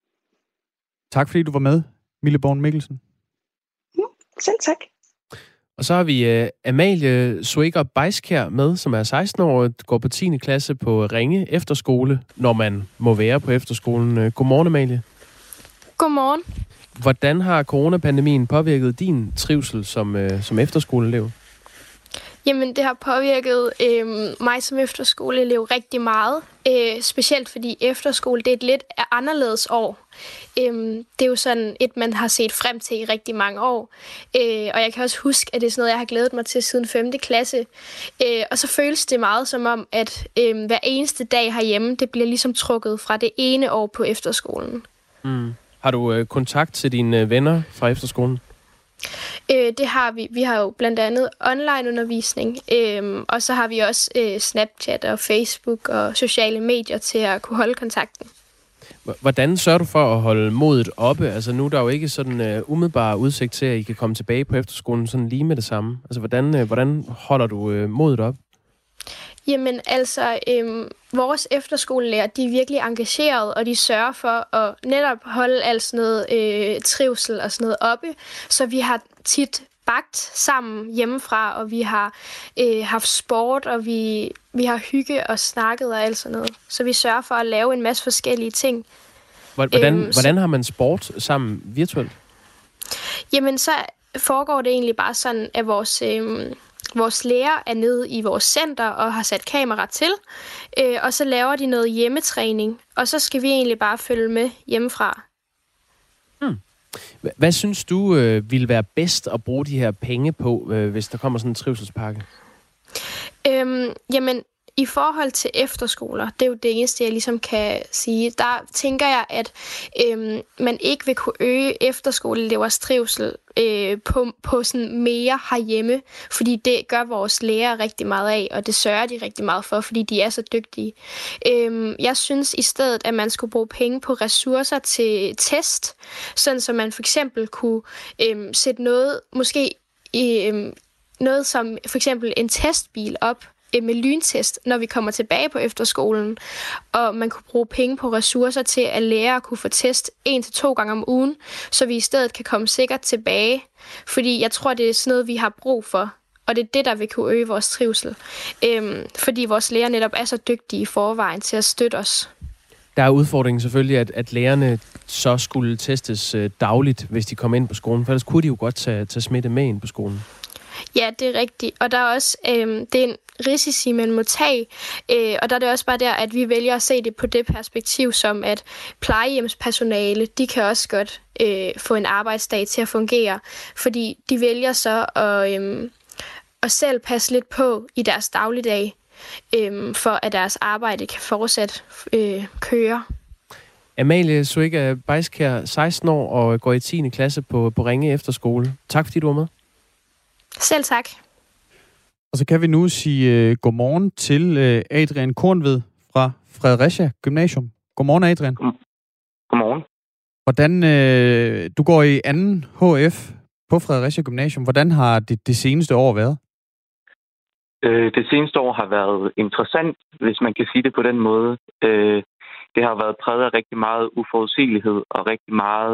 Tak fordi du var med, Mille Borgen Mikkelsen. Selv tak. Og så har vi Amalie Swikker Beiskjær med, som er 16 år og går på 10. klasse på Ringe Efterskole, når man må være på efterskolen. Godmorgen, Amalie. Godmorgen. Hvordan har coronapandemien påvirket din trivsel som efterskoleelev? Jamen, det har påvirket mig som efterskoleelev rigtig meget. Specielt fordi efterskole, det er et lidt anderledes år. Det er jo sådan et, man har set frem til i rigtig mange år. Og jeg kan også huske, at det er sådan noget, jeg har glædet mig til siden 5. klasse. Og så føles det meget som om, at hver eneste dag herhjemme, det bliver ligesom trukket fra det ene år på efterskolen. Har du kontakt til dine venner fra efterskolen? Det har vi. Vi har jo blandt andet online-undervisning, og så har vi også Snapchat og Facebook og sociale medier til at kunne holde kontakten. Hvordan sørger du for at holde modet oppe? Altså nu er der jo ikke sådan umiddelbar udsigt til, at I kan komme tilbage på efterskolen sådan lige med det samme. Altså hvordan holder du modet op? Jamen vores efterskolelærer, de er virkelig engagerede, og de sørger for at netop holde alt sådan noget trivsel og sådan noget oppe. Så vi har tit bagt sammen hjemmefra, og vi har haft sport, og vi har hygge og snakket og alt sådan noget. Så vi sørger for at lave en masse forskellige ting. Hvordan har man sport sammen virtuelt? Jamen så foregår det egentlig bare sådan, at vores lærer er nede i vores center og har sat kamera til, og så laver de noget hjemmetræning, og så skal vi egentlig bare følge med hjemmefra. Hvad synes du ville være bedst at bruge de her penge på, hvis der kommer sådan en trivselspakke? Jamen, i forhold til efterskoler, det er jo det eneste, jeg ligesom kan sige. Der tænker jeg, at man ikke vil kunne øge efterskoleelevers trivsel på sådan mere herhjemme, fordi det gør vores lærere rigtig meget af, og det sørger de rigtig meget for, fordi de er så dygtige. Jeg synes i stedet, at man skulle bruge penge på ressourcer til test, sådan så man for eksempel kunne sætte noget, måske noget som for eksempel en testbil op, med lyntest, når vi kommer tilbage på efterskolen, og man kunne bruge penge på ressourcer til, at lærere kunne få test 1 til 2 gange om ugen, så vi i stedet kan komme sikkert tilbage. Fordi jeg tror, det er sådan noget, vi har brug for, og det er det, der vil kunne øge vores trivsel. Fordi vores lærere netop er så dygtige i forvejen til at støtte os. Der er udfordringen selvfølgelig, at lærerne så skulle testes dagligt, hvis de kom ind på skolen, for ellers kunne de jo godt tage smitte med ind på skolen. Ja, det er rigtigt. Og der er også det er en risici, man må tage. Og der er det også bare der, at vi vælger at se det på det perspektiv, som at plejehjemspersonale, de kan også godt få en arbejdsdag til at fungere. Fordi de vælger så at selv passe lidt på i deres dagligdag, for at deres arbejde kan fortsat køre. Amalie Suega Beiskjær, 16 år og går i 10. klasse på Ringe Efterskole. Tak fordi du var med. Selv tak. Og så kan vi nu sige godmorgen til Adrian Kornved fra Fredericia Gymnasium. Godmorgen, Adrian. Godmorgen. Hvordan, du går i 2. HF på Fredericia Gymnasium. Hvordan har det seneste år været? Det seneste år har været interessant, hvis man kan sige det på den måde. Det har været præget af rigtig meget uforudsigelighed og rigtig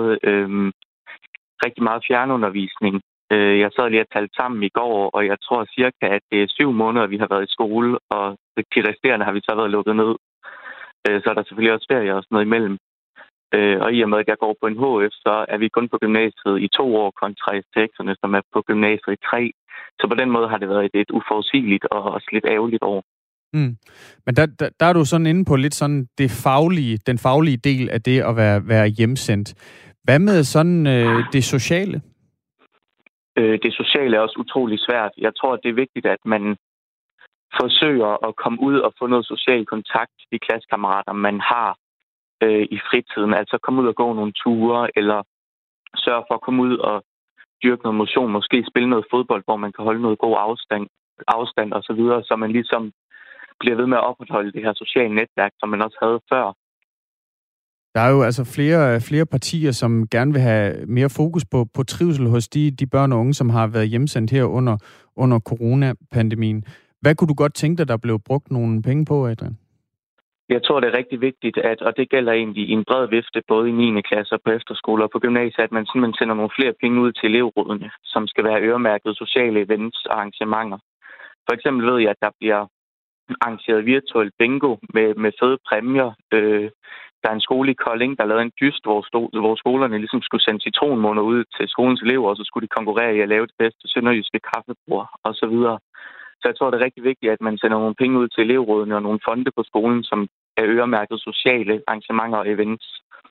meget fjernundervisning. Jeg sad lige og talte sammen i går, og jeg tror cirka, at det er 7 måneder, vi har været i skole, og de resterende har vi så været lukket ned. Så er der selvfølgelig også ferie og sådan noget imellem. Og i og med, at jeg går på en HF, så er vi kun på gymnasiet i 2 år kontra STX'erne, som er på gymnasiet i 3. Så på den måde har det været et uforudsigeligt og også lidt ærgerligt år. Men der er du sådan inde på lidt sådan den faglige del af det at være hjemsendt. Hvad med sådan det sociale? Det sociale er også utrolig svært. Jeg tror, at det er vigtigt, at man forsøger at komme ud og få noget social kontakt til de klassekammerater, man har i fritiden. Altså komme ud og gå nogle ture, eller sørge for at komme ud og dyrke noget motion, måske spille noget fodbold, hvor man kan holde noget god afstand og så videre, så man ligesom bliver ved med at opretholde det her sociale netværk, som man også havde før. Der er jo altså flere partier, som gerne vil have mere fokus på trivsel hos de børn og unge, som har været hjemsendt her under coronapandemien. Hvad kunne du godt tænke dig, der blev brugt nogle penge på, Adrian? Jeg tror, det er rigtig vigtigt, og det gælder egentlig i en bred vifte, både i 9. klasse og på efterskoler og på gymnasiet, at man simpelthen sender nogle flere penge ud til elevrådene, som skal være øremærket sociale events og arrangementer. For eksempel ved jeg, at der bliver arrangeret virtuel bingo med fede præmier. Der er en skole i Kolding, der lavede en dyst, hvor skolerne ligesom skulle sende citronmåner ud til skolens elever, og så skulle de konkurrere i at lave det bedste sønderjyske kaffebord og så videre. Så jeg tror, det er rigtig vigtigt, at man sender nogle penge ud til elevrådene og nogle fonde på skolen, som er øremærket sociale arrangementer og events.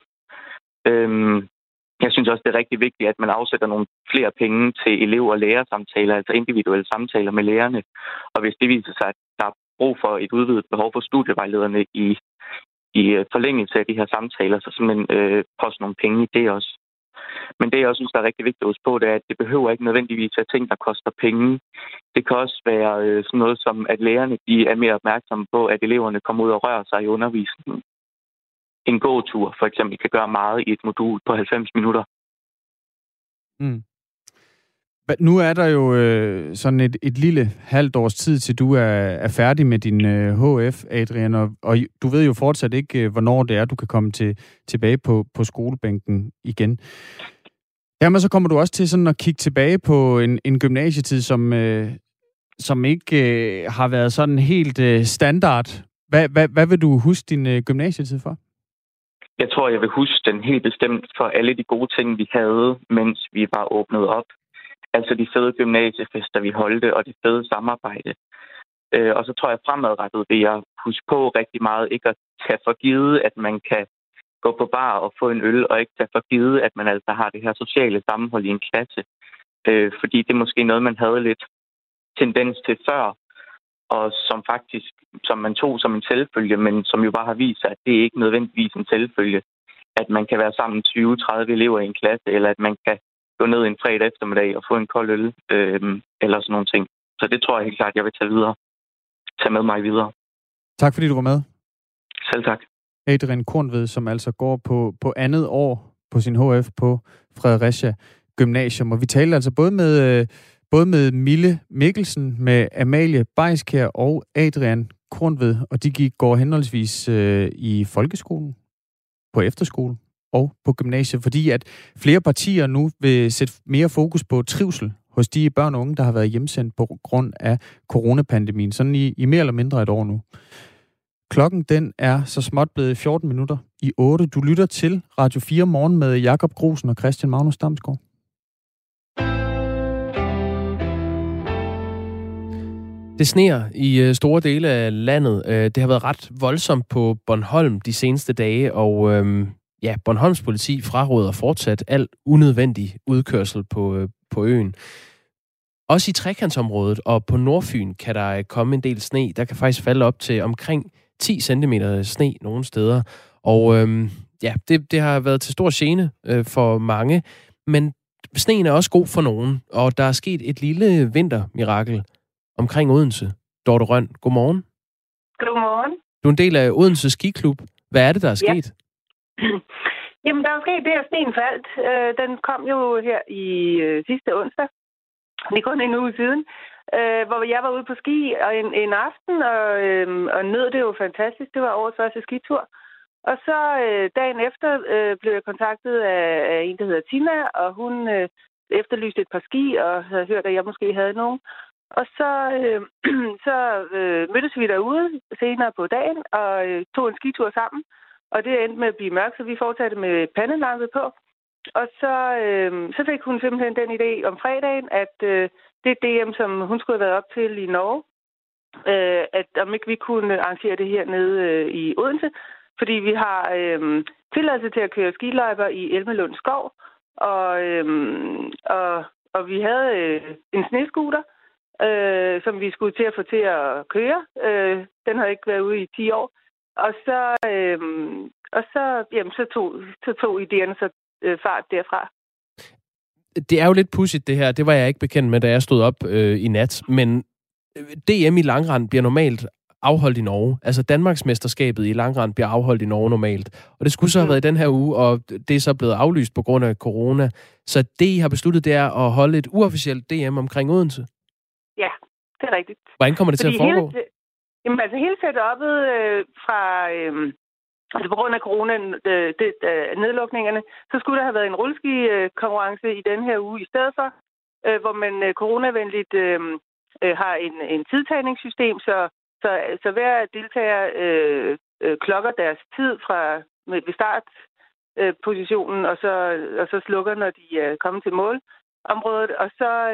Jeg synes også, det er rigtig vigtigt, at man afsætter nogle flere penge til elev- og lærersamtaler, altså individuelle samtaler med lærerne. Og hvis det viser sig, at der er brug for et udvidet behov for studievejlederne i forlængelse af de her samtaler, så simpelthen poste nogle penge i det også. Men det, jeg også synes, der er rigtig vigtigt at huske på, det er, at det behøver ikke nødvendigvis være ting, der koster penge. Det kan også være sådan noget som, at lærerne de er mere opmærksomme på, at eleverne kommer ud og rører sig i undervisningen. En gåtur for eksempel kan gøre meget i et modul på 90 minutter. Nu er der jo sådan et lille halvt års tid, til du er færdig med din HF, Adrian, og du ved jo fortsat ikke, hvornår det er, du kan komme tilbage på skolebænken igen. Dermed så kommer du også til sådan at kigge tilbage på en gymnasietid, som ikke har været sådan helt standard. Hvad vil du huske din gymnasietid for? Jeg tror, jeg vil huske den helt bestemt for alle de gode ting, vi havde, mens vi var åbnet op. Altså de fede gymnasiefester, vi holdte, og det fede samarbejde. Og så tror jeg fremadrettet vil jeg huske på rigtig meget ikke at tage for givet, at man kan gå på bar og få en øl, og ikke tage for givet, at man altså har det her sociale sammenhold i en klasse. Fordi det er måske noget, man havde lidt tendens til før. og som man tog som en selvfølge, men som jo bare har vist sig, at det ikke nødvendigvis en selvfølge, at man kan være sammen 20-30 elever i en klasse, eller at man kan gå ned en fredag eftermiddag og få en kold øl, eller sådan nogle ting. Så det tror jeg helt klart, jeg vil tage med mig videre. Tak fordi du var med. Selv tak. Adrian Kornved, som altså går på andet år på sin HF på Fredericia Gymnasium. Og vi talte altså både med Mille Mikkelsen, med Amalie Bejskær og Adrian Kornved, og de går henholdsvis i folkeskolen, på efterskole og på gymnasiet, fordi at flere partier nu vil sætte mere fokus på trivsel hos de børn og unge, der har været hjemsendt på grund af coronapandemien, sådan i mere eller mindre et år nu. Klokken den er så småt blevet 14 minutter i 8. Du lytter til Radio 4 Morgen med Jakob Grusen og Christian Magnus Damsgaard. Det sneer i store dele af landet. Det har været ret voldsomt på Bornholm de seneste dage, og Bornholms politi fraråder fortsat al unødvendig udkørsel på øen. Også i trekantsområdet og på Nordfyn kan der komme en del sne. Der kan faktisk falde op til omkring 10 cm sne nogle steder. Og det har været til stor gene for mange. Men sneen er også god for nogen, og der er sket et lille vintermirakel omkring Odense. Dorte Røn, godmorgen. Godmorgen. Du er en del af Odense Skiklub. Hvad er det, der er sket? Jamen, der er sket det, at sneen faldt. Den kom jo her i sidste onsdag. Det er kun en uge siden. Hvor jeg var ude på ski en aften, og nød det jo fantastisk. Det var årets første skitur. Og så dagen efter blev jeg kontaktet af en, der hedder Tina, og hun efterlyste et par ski, og havde hørt, at jeg måske havde nogen. Og så mødtes vi derude senere på dagen og tog en skitur sammen. Og det endte med at blive mørkt, så vi fortsatte med pandelampe på. Og så fik hun simpelthen den idé om fredagen, at det DM, som hun skulle have været op til i Norge, at om ikke vi kunne arrangere det her nede i Odense, fordi vi har tilladelse til at køre skiløjper i Elmelund Skov, og vi havde en snescooter, som vi skulle til at få til at køre. Den havde ikke været ude i 10 år. Og så tog idéerne så fart derfra. Det er jo lidt pudsigt, det her. Det var jeg ikke bekendt med, da jeg stod op i nat. Men DM i langrend bliver normalt afholdt i Norge. Altså Danmarksmesterskabet i langrend bliver afholdt i Norge normalt. Og det skulle så have været i den her uge, og det er så blevet aflyst på grund af corona. Så det, I har besluttet, det er at holde et uofficielt DM omkring Odense? Ja, det er rigtigt. Hvordan kommer det til at foregå? Hele setup'et fra... Altså på grund af corona, nedlukningerne, så skulle der have været en rulleski-konkurrence i den her uge i stedet for, hvor man coronavenligt har en tidtagningssystem, så hver deltager klokker deres tid ved startpositionen, og så slukker, når de er kommet til målområdet, og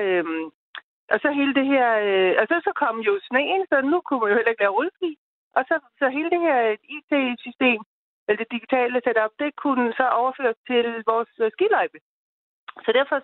så hele det her, og så kom jo sneen, så nu kunne man jo heller ikke lave rulleski. Og så hele det her IT-system, eller det digitale setup, det kunne så overføres til vores skiløjpe. Så derfor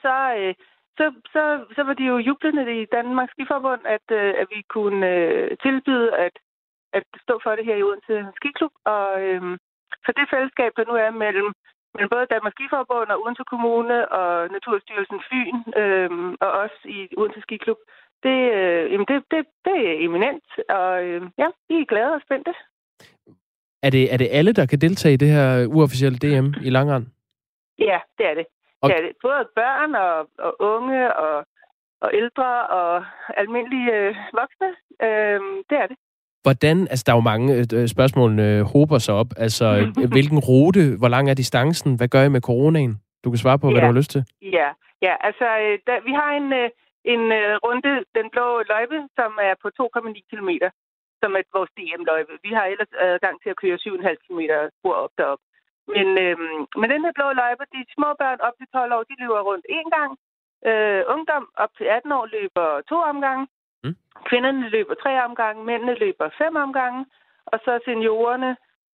så var de jo jublende i Danmarks Skiforbund, at vi kunne tilbyde at stå for det her i Odense Skiklub. Og så det fællesskab, der nu er mellem både Danmarks Skiforbund og Odense Kommune og Naturstyrelsen Fyn og os i Odense Skiklub, det er eminent, og vi er glade og spændte. Er det alle, der kan deltage i det her uofficielle DM i langrend? Ja, det er det. Det er det. Både børn og unge og ældre og almindelige voksne. Det er det. Hvordan, altså der er jo mange spørgsmål hober sig op. Altså, hvilken rute, hvor lang er distancen, hvad gør I med coronaen? Du kan svare på, hvad du har lyst til. Ja, altså vi har en runde, den blå løjpe, som er på 2,9 km, som er vores DM-løjpe. Vi har ellers adgang til at køre 7,5 km spor op derop. Men den her blå løjpe, de små børn op til 12 år, de løber rundt 1 gang. Ungdom op til 18 år løber 2 omgange. Kvinderne løber 3 omgange, mændene løber 5 omgange. Og så seniorerne,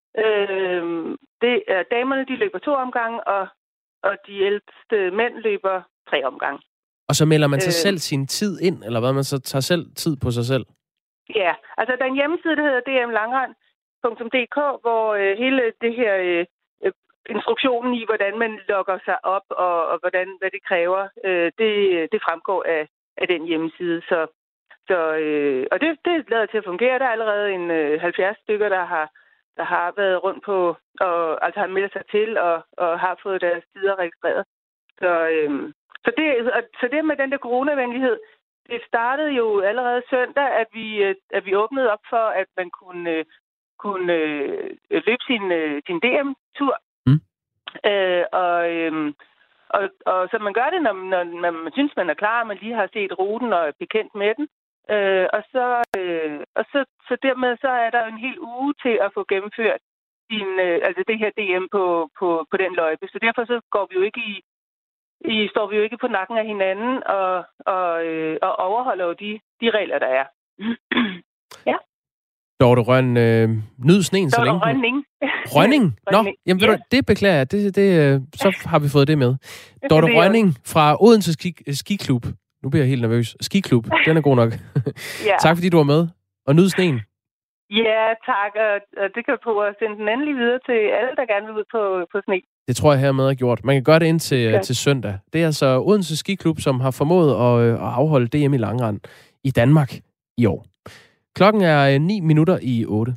damerne, de løber 2 omgange, og de ældste mænd løber 3 omgange. Og så melder man sig selv sin tid ind, eller hvad? Man så tager selv tid på sig selv? Ja, Altså, der er en hjemmeside, der hedder dmlangrand.dk, hvor hele det her instruktionen i, hvordan man logger sig op, og hvad det kræver, det fremgår af den hjemmeside. Og det lader til at fungere. Der er allerede en 70 stykker, der har været rundt på, og altså har meldt sig til, og har fået deres sider registreret. Så det med den der coronavenlighed, det startede jo allerede søndag, at vi åbnede op for, at man kunne løbe sin DM-tur. Og så man gør det, når man synes, man er klar, man lige har set ruten og er bekendt med den. Så dermed så er der en hel uge til at få gennemført altså det her DM på den løjpe. Så derfor så står vi jo ikke på nakken af hinanden og overholder jo de regler, der er. Ja. Dorte Rønn, nyd sneen så længe. Rønning? Nå, jamen ja. Det beklager jeg. Så har vi fået det med. Dorte Rønning fra Odense Skiklub. Nu bliver jeg helt nervøs. Skiklub, den er god nok. Ja. Tak fordi du var med. Og nyd sneen. Ja, tak. Og det kan du prøve at sende den endelig videre til alle, der gerne vil ud på sne. Det tror jeg hermed er gjort. Man kan gøre det indtil søndag. Det er altså Odense Skiklub, som har formået at afholde DM i langrend i Danmark i år. Klokken er 7:09.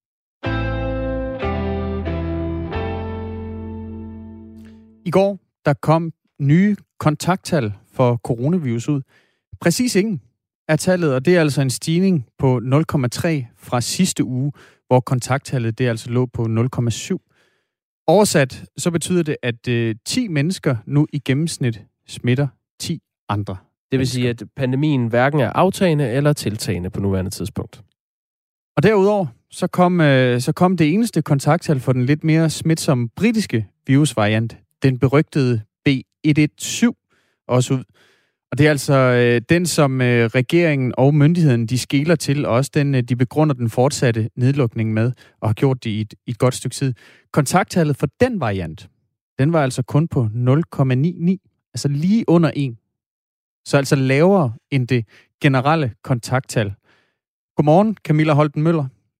I går, der kom nye kontakttal for coronavirus ud. Præcis ingen er tallet, og det er altså en stigning på 0,3 fra sidste uge, hvor kontakttallet det altså lå på 0,7. Oversat, så betyder det, at 10 mennesker nu i gennemsnit smitter 10 andre. Det vil sige, at pandemien hverken er aftagende eller tiltagende på nuværende tidspunkt. Og derudover, så kom det eneste kontakttal for den lidt mere smitsomme britiske virusvariant, den berygtede B117, også ud. Og det er altså den, som regeringen og myndigheden, de skeler til, og også den, de begrunder den fortsatte nedlukning med, og har gjort det i et godt stykke tid. Kontakttallet for den variant, den var altså kun på 0,99, altså lige under 1. Så altså lavere end det generelle kontakttal. Godmorgen, Camilla Holten Møller.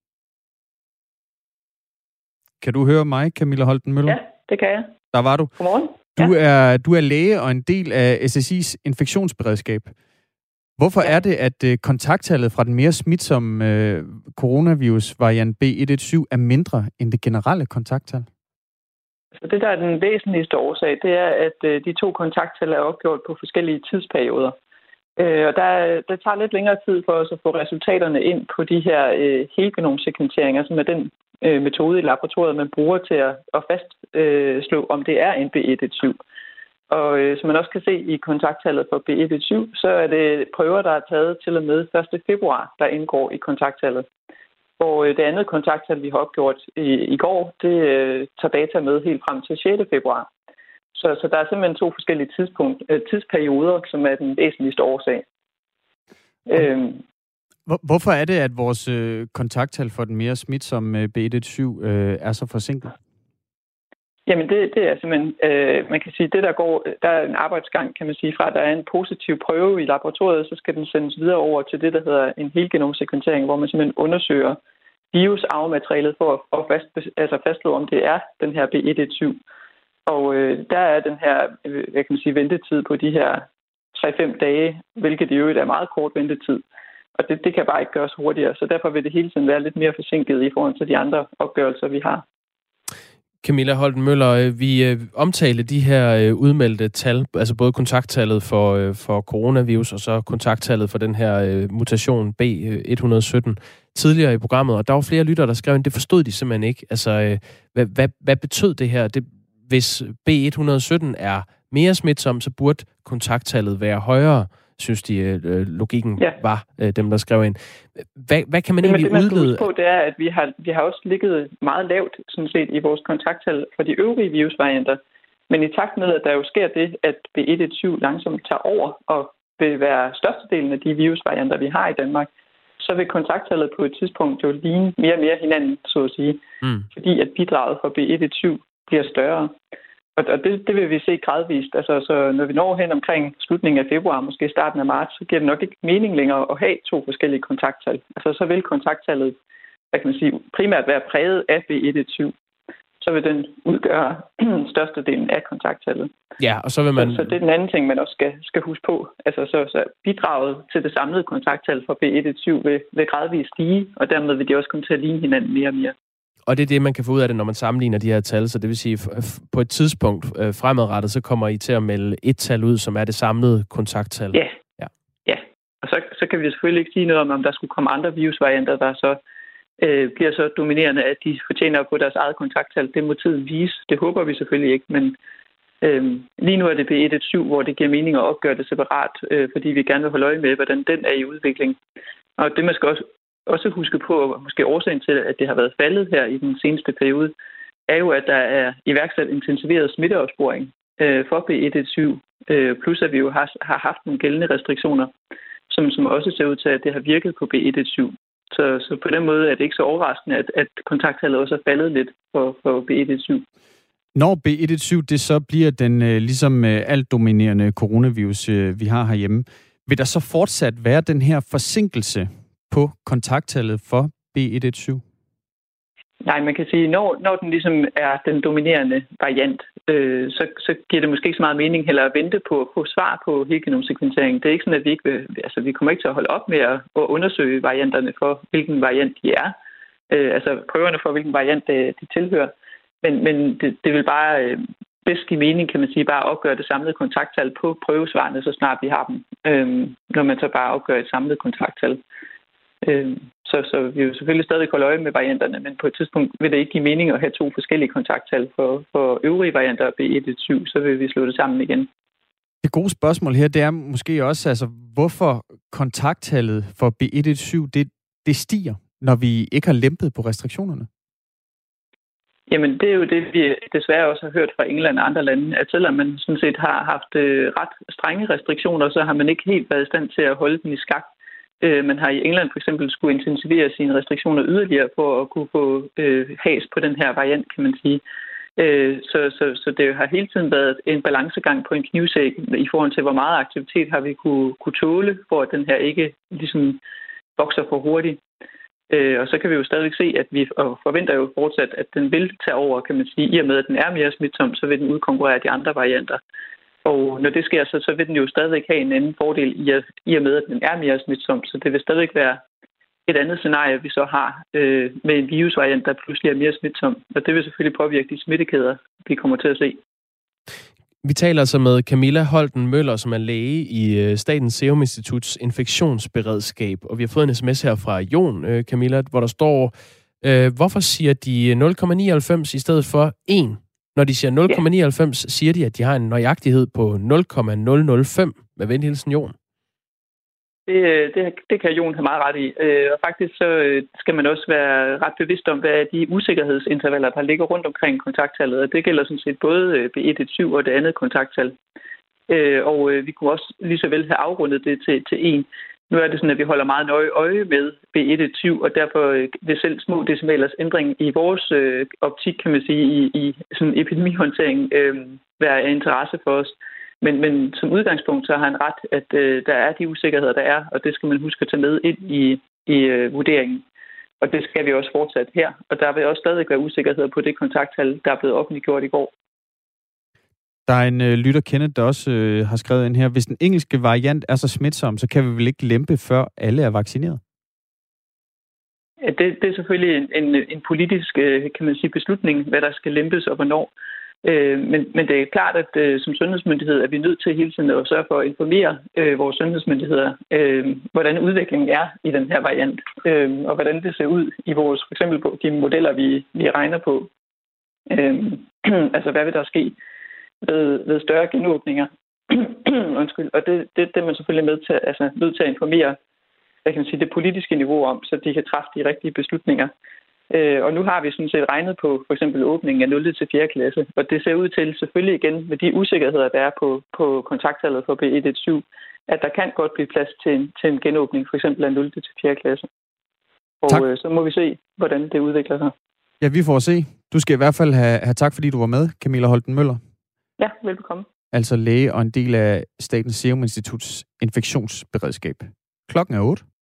Kan du høre mig, Camilla Holten Møller? Ja, det kan jeg. Der var du. Godmorgen. Du er læge og en del af SSI's infektionsberedskab. Hvorfor er det, at kontakttallet fra den mere smitsomme coronavirus-variant B117 er mindre end det generelle kontakttal? Så det, der er den væsentligste årsag, det er, at de to kontakttal er opgjort på forskellige tidsperioder. Og der tager lidt længere tid for os at få resultaterne ind på de her helgenomsekventeringer, som er den metode i laboratoriet, man bruger til at fastslå, om det er en B117. Og som man også kan se i kontakttallet for B117, så er det prøver, der er taget til og med 1. februar, der indgår i kontakttallet. Hvor det andet kontakttal, vi har opgjort i går, det tager data med helt frem til 6. februar. Så der er simpelthen to forskellige tidsperioder, som er den væsentligste årsag. Hvorfor er det, at vores kontakttal for den mere smitsomme B117 er så forsinket? Jamen det er simpelthen, man kan sige, der er en arbejdsgang, kan man sige, fra at der er en positiv prøve i laboratoriet, så skal den sendes videre over til det, der hedder en helgenomsekventering, hvor man simpelthen undersøger virusarvematerialet for at fastslå, om det er den her B117. Og der er den her, jeg kan sige, ventetid på de her 3-5 dage, hvilket i øvrigt er meget kort ventetid. Og det kan bare ikke gøres hurtigere, så derfor vil det hele tiden være lidt mere forsinket i forhold til de andre opgørelser, vi har. Camilla Holten Møller, vi omtalte de her udmeldte tal, altså både kontakttallet for coronavirus og så kontakttallet for den her mutation B117 tidligere i programmet, og der var flere lyttere, der skrev ind, det forstod de simpelthen ikke. Altså, hvad betød det her? Hvis B117 er mere smitsom, så burde kontakttallet være højere, synes de, logikken var dem, der skrev ind. Hvad kan man egentlig udlede? Det, man skal huske på, det er, at vi har også ligget meget lavt, sådan set, i vores kontakttal for de øvrige virusvarianter. Men i takt med, at der jo sker det, at B117 langsomt tager over og vil være størstedelen af de virusvarianter, vi har i Danmark, så vil kontakttallet på et tidspunkt jo ligne mere og mere hinanden, så at sige. Fordi at bidraget for B117 bliver større. Og det vil vi se gradvist. Altså, så når vi når hen omkring slutningen af februar, måske starten af marts, så giver det nok ikke mening længere at have 2 forskellige kontakttal. Altså, så vil kontakttallet, primært være præget af B117. Så vil den udgøre størstedelen af kontakttallet. Ja, og så vil man... Så det er den anden ting, man også skal huske på. Altså, så bidraget til det samlede kontakttal for B117 vil gradvist stige, og dermed vil de også komme til at ligne hinanden mere og mere. Og det er det, man kan få ud af det, når man sammenligner de her tal. Så det vil sige, på et tidspunkt fremadrettet, så kommer I til at melde et tal ud, som er det samlede kontakttal. Ja. Og så kan vi selvfølgelig ikke sige noget om der skulle komme andre virusvarianter, der så bliver så dominerende, at de fortjener på deres eget kontakttal. Det må tiden vise. Det håber vi selvfølgelig ikke, men lige nu er det B117, hvor det giver mening at opgøre det separat, fordi vi gerne vil holde øje med, hvordan den er i udvikling. Og det, man skal også huske på, og måske årsagen til, at det har været faldet her i den seneste periode, er jo, at der er iværksat intensiveret smitteopsporing for B117, plus at vi jo har haft nogle gældende restriktioner, som også ser ud til, at det har virket på B117. Så på den måde er det ikke så overraskende, at kontakttallet også er faldet lidt for B117. Når B117 det så bliver den ligesom altdominerende coronavirus, vi har herhjemme, vil der så fortsat være den her forsinkelse på kontakttallet for B117? Nej, man kan sige, når den ligesom er den dominerende variant, så giver det måske ikke så meget mening heller at vente på svar på helgenomsekventering. Det er ikke sådan, at vi ikke vil, vi kommer ikke til at holde op med at undersøge varianterne for, hvilken variant de er. Altså prøverne for, hvilken variant de tilhører. Men det vil bare bedst give mening, kan man sige, bare opgøre det samlede kontakttal på prøvesvarene, så snart vi har dem, når man så bare opgør et samlet kontakttal. Så vi vil selvfølgelig stadig holde øje med varianterne, men på et tidspunkt vil det ikke give mening at have 2 forskellige kontakttal for øvrige varianter af B117, så vil vi slå det sammen igen. Det gode spørgsmål her, det er måske også, hvorfor kontakttallet for B117, det stiger, når vi ikke har lempet på restriktionerne? Jamen, det er jo det, vi desværre også har hørt fra England og andre lande, at selvom man sådan set har haft ret strenge restriktioner, så har man ikke helt været i stand til at holde dem i skak. Man har i England for eksempel skulle intensivere sine restriktioner yderligere for at kunne få has på den her variant, kan man sige. Så det har hele tiden været en balancegang på en knivsæg i forhold til, hvor meget aktivitet har vi kunne tåle, for at den her ikke ligesom vokser for hurtigt. Og så kan vi jo stadig se, at vi forventer jo fortsat, at den vil tage over, kan man sige. I og med, at den er mere smitsom, så vil den udkonkurrere de andre varianter. Og når det sker, så vil den jo stadigvæk have en anden fordel i og med, at den er mere smitsom. Så det vil stadigvæk være et andet scenarie, vi så har med en virusvariant, der pludselig er mere smitsom. Og det vil selvfølgelig påvirke de smittekæder, vi kommer til at se. Vi taler altså med Camilla Holten Møller, som er læge i Statens Serum Instituts infektionsberedskab. Og vi har fået en sms her fra Jon, Camilla, hvor der står, hvorfor siger de 0,99 i stedet for 1? Når de siger 0,99, siger de, at de har en nøjagtighed på 0,005. Med venlig hilsen, Jon. Det kan Jon have meget ret i. Og faktisk så skal man også være ret bevidst om, hvad de usikkerhedsintervaller, der ligger rundt omkring kontakttallet. Og det gælder sådan set både B117 og det andet kontakttal. Og vi kunne også lige så vel have afrundet det til 1. Nu er det sådan, at vi holder meget nøje øje med B117, og derfor vil selv små decimalers ændring i vores optik, kan man sige, i sådan epidemihåndtering være af interesse for os. Men som udgangspunkt, så har han ret, at der er de usikkerheder, der er, og det skal man huske at tage med ind i vurderingen. Og det skal vi også fortsat her. Og der vil også stadig være usikkerheder på det kontakttal, der er blevet offentliggjort i går. Der er en lytter, Kenneth, der også har skrevet ind her. Hvis den engelske variant er så smitsom, så kan vi vel ikke lempe, før alle er vaccineret? Ja, det er selvfølgelig en politisk, kan man sige, beslutning, hvad der skal lempes og hvornår. Men det er klart, at som sundhedsmyndighed er vi nødt til hele tiden at sørge for at informere vores sundhedsmyndigheder, hvordan udviklingen er i den her variant, og hvordan det ser ud i vores, for eksempel på de modeller, vi regner på. Altså, hvad vil der ske ved større genåbninger? Undskyld. Og det er man selvfølgelig nødt til at informere, hvad kan man sige, det politiske niveau om, så de kan træffe de rigtige beslutninger. Og nu har vi sådan set regnet på for eksempel åbningen af 0. til 4. klasse, og det ser ud til selvfølgelig igen med de usikkerheder, der er på kontakttallet for B117, at der kan godt blive plads til en genåbning for eksempel af 0. til 4. klasse. Og så må vi se, hvordan det udvikler sig. Ja, vi får se. Du skal i hvert fald have tak, fordi du var med, Camilla Holten Møller. Ja, velbekomme. Altså læge og en del af Statens Serum Instituts infektionsberedskab. Klokken er 8.